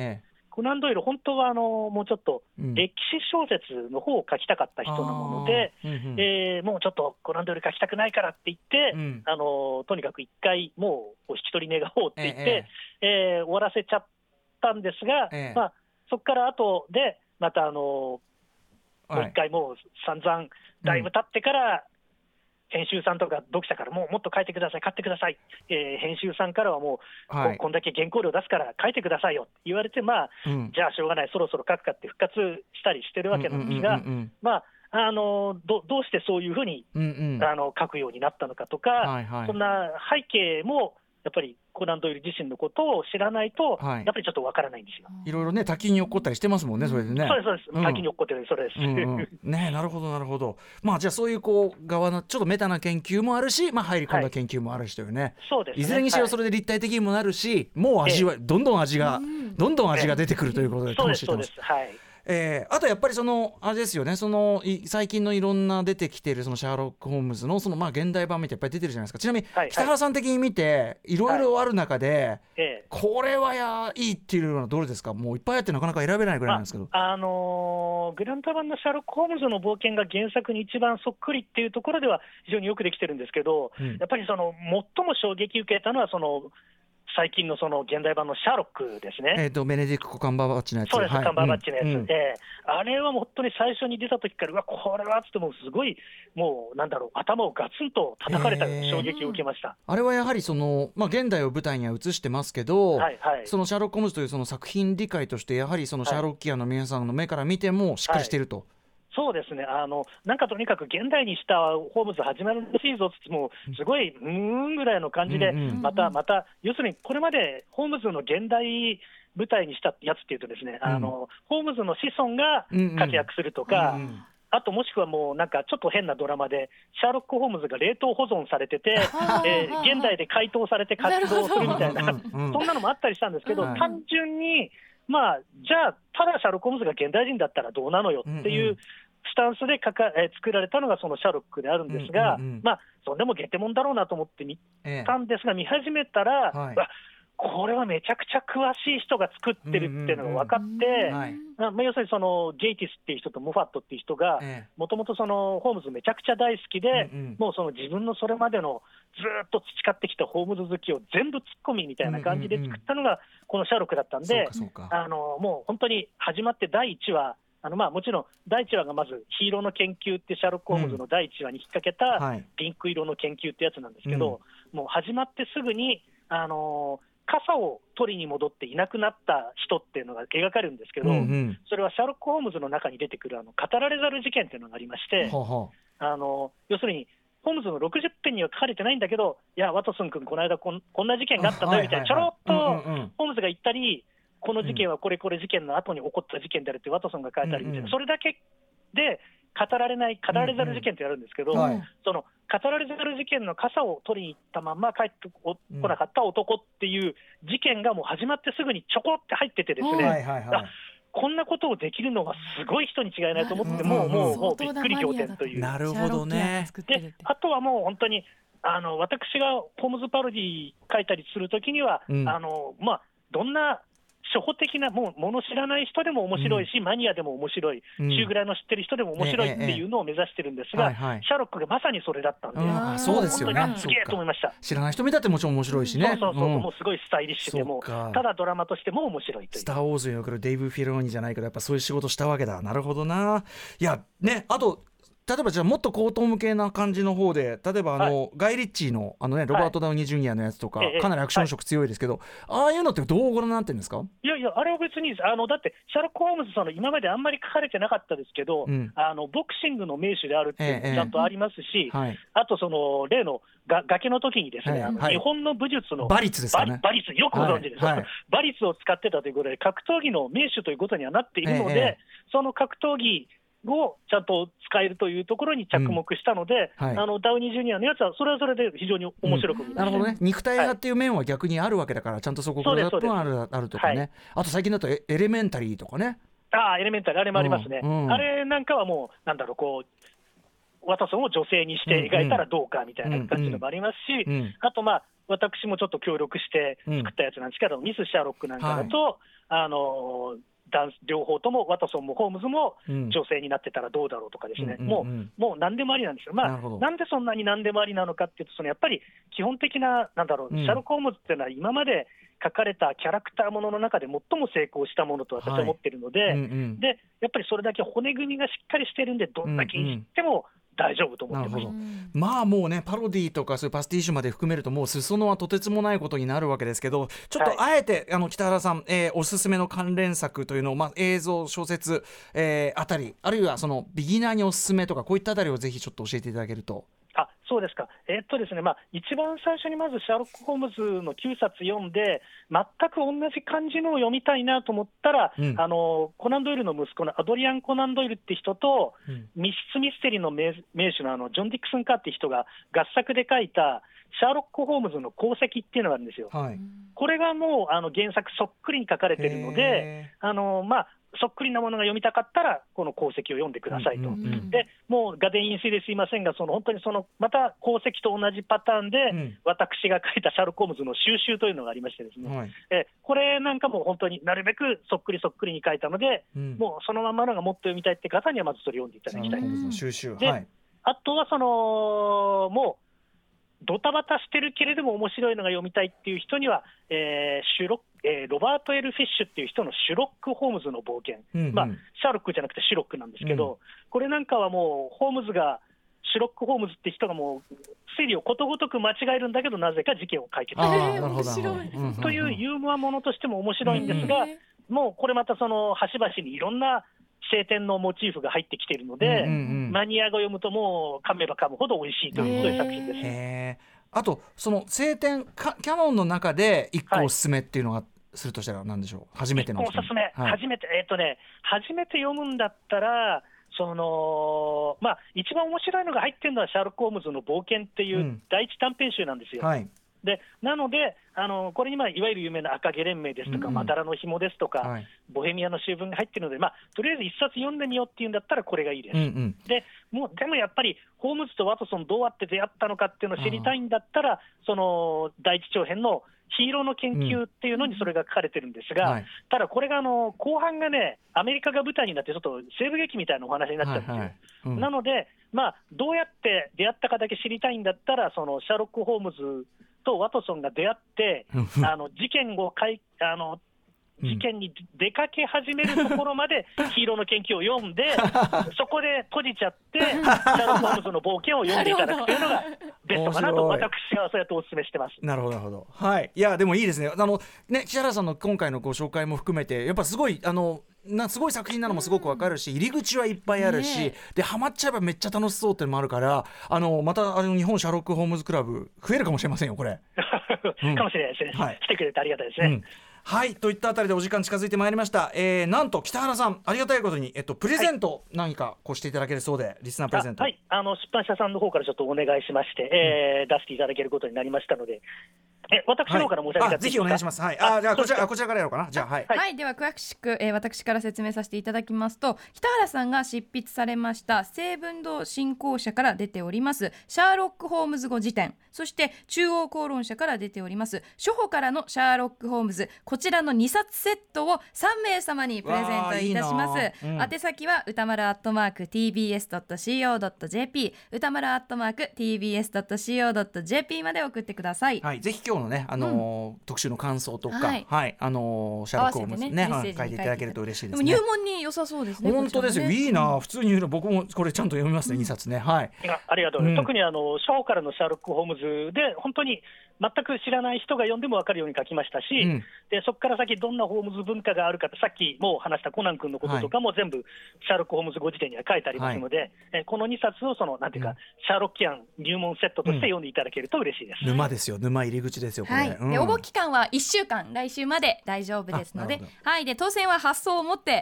コナン・ドイル、本当はあのもうちょっと歴史小説の方を書きたかった人なもので、うんうんえー、もうちょっとコナン・ドイル書きたくないからって言って、うん、あのとにかく一回もうお引き取り願おうって言って、えええー、終わらせちゃったんですが、ええまあ、そこから後でまたあのもう一回もう散々だいぶ経ってから、うん編集さんとか読者からもうもっと書いてください、買ってください、えー、編集さんからはもう、はい、こ, こんだけ原稿料出すから書いてくださいよって言われて、まあうん、じゃあしょうがない、そろそろ書くかって復活したりしてるわけなんですが、うんうんうんうん、まああの ど, どうしてそういうふうに、うんうん、あの書くようになったのかとか、はいはい、そんな背景もやっぱりコナン・ドイル自身のことを知らないと、はい、やっぱりちょっとわからないんですよ。 いろいろね多岐に起こったりしてますもんね、それでね。 そうですそうです、うん、多岐に起こってるそれです、うんうん、 ねなるほどなるほど。まあじゃあそういうこう側のちょっとメタな研究もあるし、まあ、入り込んだ研究もあるしというね、はい、 そうですね、 いずれにしろそれで立体的にもなるし、はい、もう味は、ええ、どんどん味が、うん、どんどん味が出てくるということで楽しいと思います。 そうですそうです、はいえー、あとやっぱりそのあれですよね、その最近のいろんな出てきているそのシャーロック・ホームズのそのまあ現代版見てやっぱり出てるじゃないですか。ちなみに北原さん的に見ていろいろある中で、はい、これはやいいっていうのはどれですか。もういっぱいあってなかなか選べないぐらいなんですけど、 あ、あのー、グランタ版のシャーロック・ホームズの冒険が原作に一番そっくりっていうところでは非常によくできてるんですけど、うん、やっぱりその最も衝撃受けたのはその最近のその現代版のシャーロックですね。 えーとベネディクト・カンバーバッチのやつ。 そうです、 はい、 カンバーバッチのやつ、うんえー、あれは本当に最初に出た時からうわこれはっつってもすごいもうなんだろう頭をガツンと叩かれた衝撃を受けました、 えー、あれはやはりその、まあ、現代を舞台には映してますけど、はいはい、そのシャーロック・ホームズというその作品理解としてやはりそのシャーロッキアの皆さんの目から見てもしっかりしていると、はいはいそうですね、あのなんかとにかく現代にしたホームズ始まるらしいぞっつってもすごいうーんぐらいの感じで、うんうん、またまた要するにこれまでホームズの現代舞台にしたやつっていうとですね、うん、あのホームズの子孫が活躍するとか、うんうんあともしくはもうなんかちょっと変なドラマでシャーロック・ホームズが冷凍保存されてて、えー、現代で解凍されて活動するみたいなそんなのもあったりしたんですけど、単純にまあじゃあただシャーロック・ホームズが現代人だったらどうなのよっていうスタンスでかか、えー、作られたのがそのシャーロックであるんですが、うんうんうん、まあそんでもゲテモンだろうなと思って見たんですが、見始めたら、はい、これはめちゃくちゃ詳しい人が作ってるっていうのが分かって、うんうんうんはいまあ、要するにそのゲイティスっていう人とモファットっていう人がもともとそのホームズめちゃくちゃ大好きで、うんうん、もうその自分のそれまでのずっと培ってきたホームズ好きを全部突っ込みみたいな感じで作ったのがこのシャーロックだったんで、あのもう本当に始まってだいいちわあのまあもちろんだいいちわがまずヒーローの研究ってシャーロック・ホームズのだいいちわに引っ掛けたピンク色の研究ってやつなんですけど、うん、もう始まってすぐにあの傘を取りに戻っていなくなった人っていうのが描かれるんですけど、うんうん、それはシャーロック・ホームズの中に出てくるあの語られざる事件っていうのがありまして、ははあの要するにホームズのろくじゅっペンには書かれてないんだけど、いやワトソン君この間こ ん, こんな事件があったんだよみたいなちょろっとホームズが言ったり、この事件はこれこれ事件の後に起こった事件であるってワトソンが書いたりみたいな、うんうん、それだけで語られない語られざる事件ってやるんですけど、うんうんはい、その語られざる事件の傘を取りに行ったまま帰ってこなかった男っていう事件がもう始まってすぐにちょこって入っててですね、はいはいはい、あこんなことをできるのはすごい人に違いないと思って、もうもうもうびっくり仰天という。 なるほどね。 であとはもう本当にあの私がホームズパロディ書いたりするときには、うん、あのまあどんな初歩的なもうもの知らない人でも面白いし、うん、マニアでも面白い、うん、中ぐらいの知ってる人でも面白いっていうのを目指してるんですが、ええええ、シャーロックがまさにそれだったんで、 うん、そうですよね、 すげえと思いました。 知らない人見たってもちろん面白いしね、 そうそうそう、うん、もうすごいスタイリッシュでもただドラマとしても面白いという。 スター・ウォーズに送るデイブ・フィローニじゃないけどやっぱそういう仕事したわけだ。なるほどな。いやね、あと例えばじゃあもっと高等向けな感じの方で、例えばあの、はい、ガイ・リッチーのあのねロバート・ダウニー・ジュニアのやつとか、はい、かなりアクション色強いですけど、はい、ああいうのってどうご覧になってるんですか？ いやいや、あれは別にあのだってシャーロック・ホームズその今まであんまり書かれてなかったですけど、うん、あのボクシングの名手であるってちゃんとありますし、ええはい、あとその例のが崖の時にですね、はいはい、日本の武術の馬率ですかね。 馬率よくご存知です、はいはい、馬率を使ってたということで格闘技の名手ということにはなっているので、ええ、その格闘技をちゃんと使えるというところに着目したので、うんはい、あのダウニー・ジュニアのやつはそれはそれで非常に面白く見ました、 うん、なるほどね。肉体派っていう面は逆にあるわけだから、はい、ちゃんとそこからある、あるとかね、はい、あと最近だとエレメンタリーとかね。 ああエレメンタリーあれもありますね、うんうん、あれなんかはもうなんだろうこうワトソンを女性にして描いたらどうかみたいな感じのもありますし、うんうん、あとまあ私もちょっと協力して作ったやつなんですけど、うん、ミス・シャーロックなんかだと、はい、あの両方ともワトソンもホームズも女性になってたらどうだろうとかですね、うん、もう、うんうん、もう何でもありなんですよ。まあ、な, なんでそんなに何でもありなのかっていうと、そのやっぱり基本的な、なんだろう、うん、シャーロック・ホームズっていうのは今まで書かれたキャラクターものの中で最も成功したものと私は思ってるので、はいうんうん、でやっぱりそれだけ骨組みがしっかりしてるんで、どんだけいじっても大丈夫と思ってます。 まあもうねパロディとかそういうパスティッシュまで含めるともう裾野はとてつもないことになるわけですけど、ちょっとあえて、はい、あの北原さん、えー、おすすめの関連作というのを、まあ、映像小説、えー、あたりあるいはそのビギナーにおすすめとかこういったあたりをぜひちょっと教えていただけると。 あ、そうですか。えーっとですね、まあ、一番最初にまずシャーロック・ホームズのきゅうさつ読んで全く同じ感じのを読みたいなと思ったら、うん、あのコナン・ドイルの息子のアドリアン・コナン・ドイルって人と、うん、密室ミステリーの名手のあのジョン・ディクスン・カーって人が合作で書いたシャーロック・ホームズの功績っていうのがあるんですよ、はい、これがもうあの原作そっくりに書かれているので、あの、まあそっくりなものが読みたかったらこの功績を読んでくださいと、うんうんうん、でもう画伝飲水ですいませんが、その本当にそのまた功績と同じパターンで、うん、私が書いたシャーロック・ホームズの収集というのがありましてですね、はい、えこれなんかも本当になるべくそっくりそっくりに書いたので、うん、もうそのままのがもっと読みたいって方にはまずそれ読んでいただきたい、うん、 収集、 で、 はい、 あとはそのもうドタバタしてるけれども面白いのが読みたいっていう人には、えーシュロえー、ロバート・エル・フィッシュっていう人のシュロック・ホームズの冒険、うんうんまあ、シャーロックじゃなくてシュロックなんですけど、うん、これなんかはもうホームズがシュロック・ホームズって人がもう推理をことごとく間違えるんだけどなぜか事件を解決する、 えー、面白いというユーモアものとしても面白いんですが、うんうん、もうこれまたその端々にいろんな聖典のモチーフが入ってきているので、うんうんうん、マニアが読むともう噛めば噛むほど美味しいという、そういう作品です。 へー。あとその聖典キャノンの中で一個おすすめっていうのがするとしたら何でしょう。初めてのおすすめ、はい、初めてえっ、ー、とね初めて読むんだったらそのまあ一番面白いのが入ってるのはシャーロック・ホームズの冒険っていう第一短編集なんですよ、うんはい、でなのであのこれにまあいわゆる有名な赤毛連盟ですとか、うん、マダラの紐ですとか、はい、ボヘミアの秋分が入ってるので、まあ、とりあえず一冊読んでみようっていうんだったらこれがいいです、うんうん、でもうでもやっぱりホームズとワトソンどうやって出会ったのかっていうのを知りたいんだったらその第一長編のヒーローの研究っていうのにそれが書かれてるんですが、うんはい、ただこれがあの後半がねアメリカが舞台になってちょっと西部劇みたいなお話になっちゃうんですよ、はいはいうん、なので、まあ、どうやって出会ったかだけ知りたいんだったらそのシャーロック・ホームズとワトソンが出会ってあの事件をかいあの事件に出かけ始めるところまでヒーローの研究を読んでそこで閉じちゃってシャーロック・ホームズの冒険を読んでいただくというのがベストかなと私はそうやってお勧めしてます。 なるほどなるほど、はい、いやでもいいですね。あのね木原さんの今回のご紹介も含めてやっぱすごいあのなすごい作品なのもすごくわかるし、うん、入り口はいっぱいあるし、ね、でハマっちゃえばめっちゃ楽しそうっていうのもあるからあのまたあの日本シャーロック・ホームズクラブ増えるかもしれませんよこれうん、かもしれないですね、はい、来てくれてありがたいですね、うんはいといったあたりでお時間近づいてまいりました、えー、なんと北原さんありがたいことに、えっと、プレゼント何かこうしていただけるそうで、はい、リスナープレゼントあ、はい、あの出版社さんの方からちょっとお願いしまして、えーうん、出していただけることになりましたのでえ私の方から申し上げて、はい、 ぜひお願いします、はい、あじゃあこちらこちらからやろうかなじゃあ、はいはいはい、では詳しく、えー、私から説明させていただきますと北原さんが執筆されました成文堂新興社から出ておりますシャーロック・ホームズ語辞典そして中央公論社から出ております初歩からのシャーロック・ホームズこちらのにさつセットをさんめい様にプレゼントいたします。いい、うん、宛先は歌丸アットマーク ティービーエスドットシーオードットジェーピー 歌丸アットマーク ティービーエスドットシーオードットジェーピー まで送ってください、 はい、ぜひ今日のね、あのーうん、特集の感想とか、はいはい、あのー、シャーロック・ホームズね、ね、はい、書いていただけると嬉しいですね。 でも入門に良さそうですね。 本当ですよ、ね、いいな、うん、普通に言うの僕もこれちゃんと読みますね、うん、にさつね、はい、 ありがとう、うん、特にあの初歩からのシャーロック・ホームズで本当に全く知らない人が読んでも分かるように書きましたし、うん、でそこから先どんなホームズ文化があるかってさっきもう話したコナン君のこととかも全部シャーロック・ホームズ語辞典には書いてありますので、はい、えこのにさつをそのなんていうか、うん、シャーロッキアン入門セットとして読んでいただけると嬉しいです、 うん、沼ですよ、沼入り口ですよこれ、 はいうん、で応募期間はいっしゅうかん来週まで大丈夫ですので、はい、で当選は発送をもって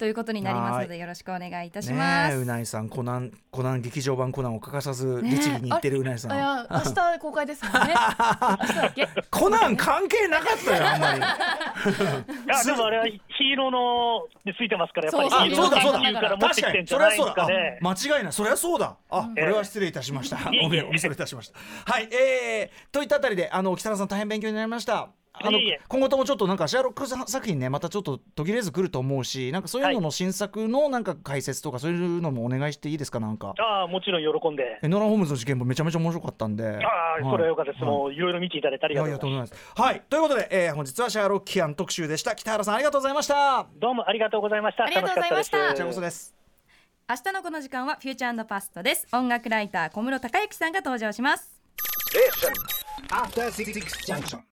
ということになりますのでよろしくお願いいたします。 ねえ、うないさん、コナン、コナン劇場版コナンを欠かさず律儀に言ってるうないさん、 いや明日公開ですもんね明日だっけコナン関係なかったよあんまりいやでもあれはヒーローのでついてますから、やっぱりそうヒーローの研究から持ってきてんじゃないですかね。 間違いない、それはそうだ。あ、これは失礼いたしました、お見お見それいたしました。はい、えー、といったあたりであの北原さん大変勉強になりました。あのいえいえ今後ともちょっとなんかシャーロック作品ね、またちょっと途切れず来ると思うし、なんかそういうのの新作のなんか解説とかそういうのもお願いしていいですか。なんかああもちろん喜んで。 エノラ・ホームズの事件もめちゃめちゃ面白かったんで、 ああそれはよかったです、はい、もういろいろ見ていただいてありがとうございます。 はい、ということで、えー、本日はシャーロッキアン特集でした。北原さんありがとうございました。 どうもありがとうございました。 ありがとうございました。 こちらこそです。 明日のこの時間はフューチャー&パストです。音楽ライター小室孝之さんが登場します。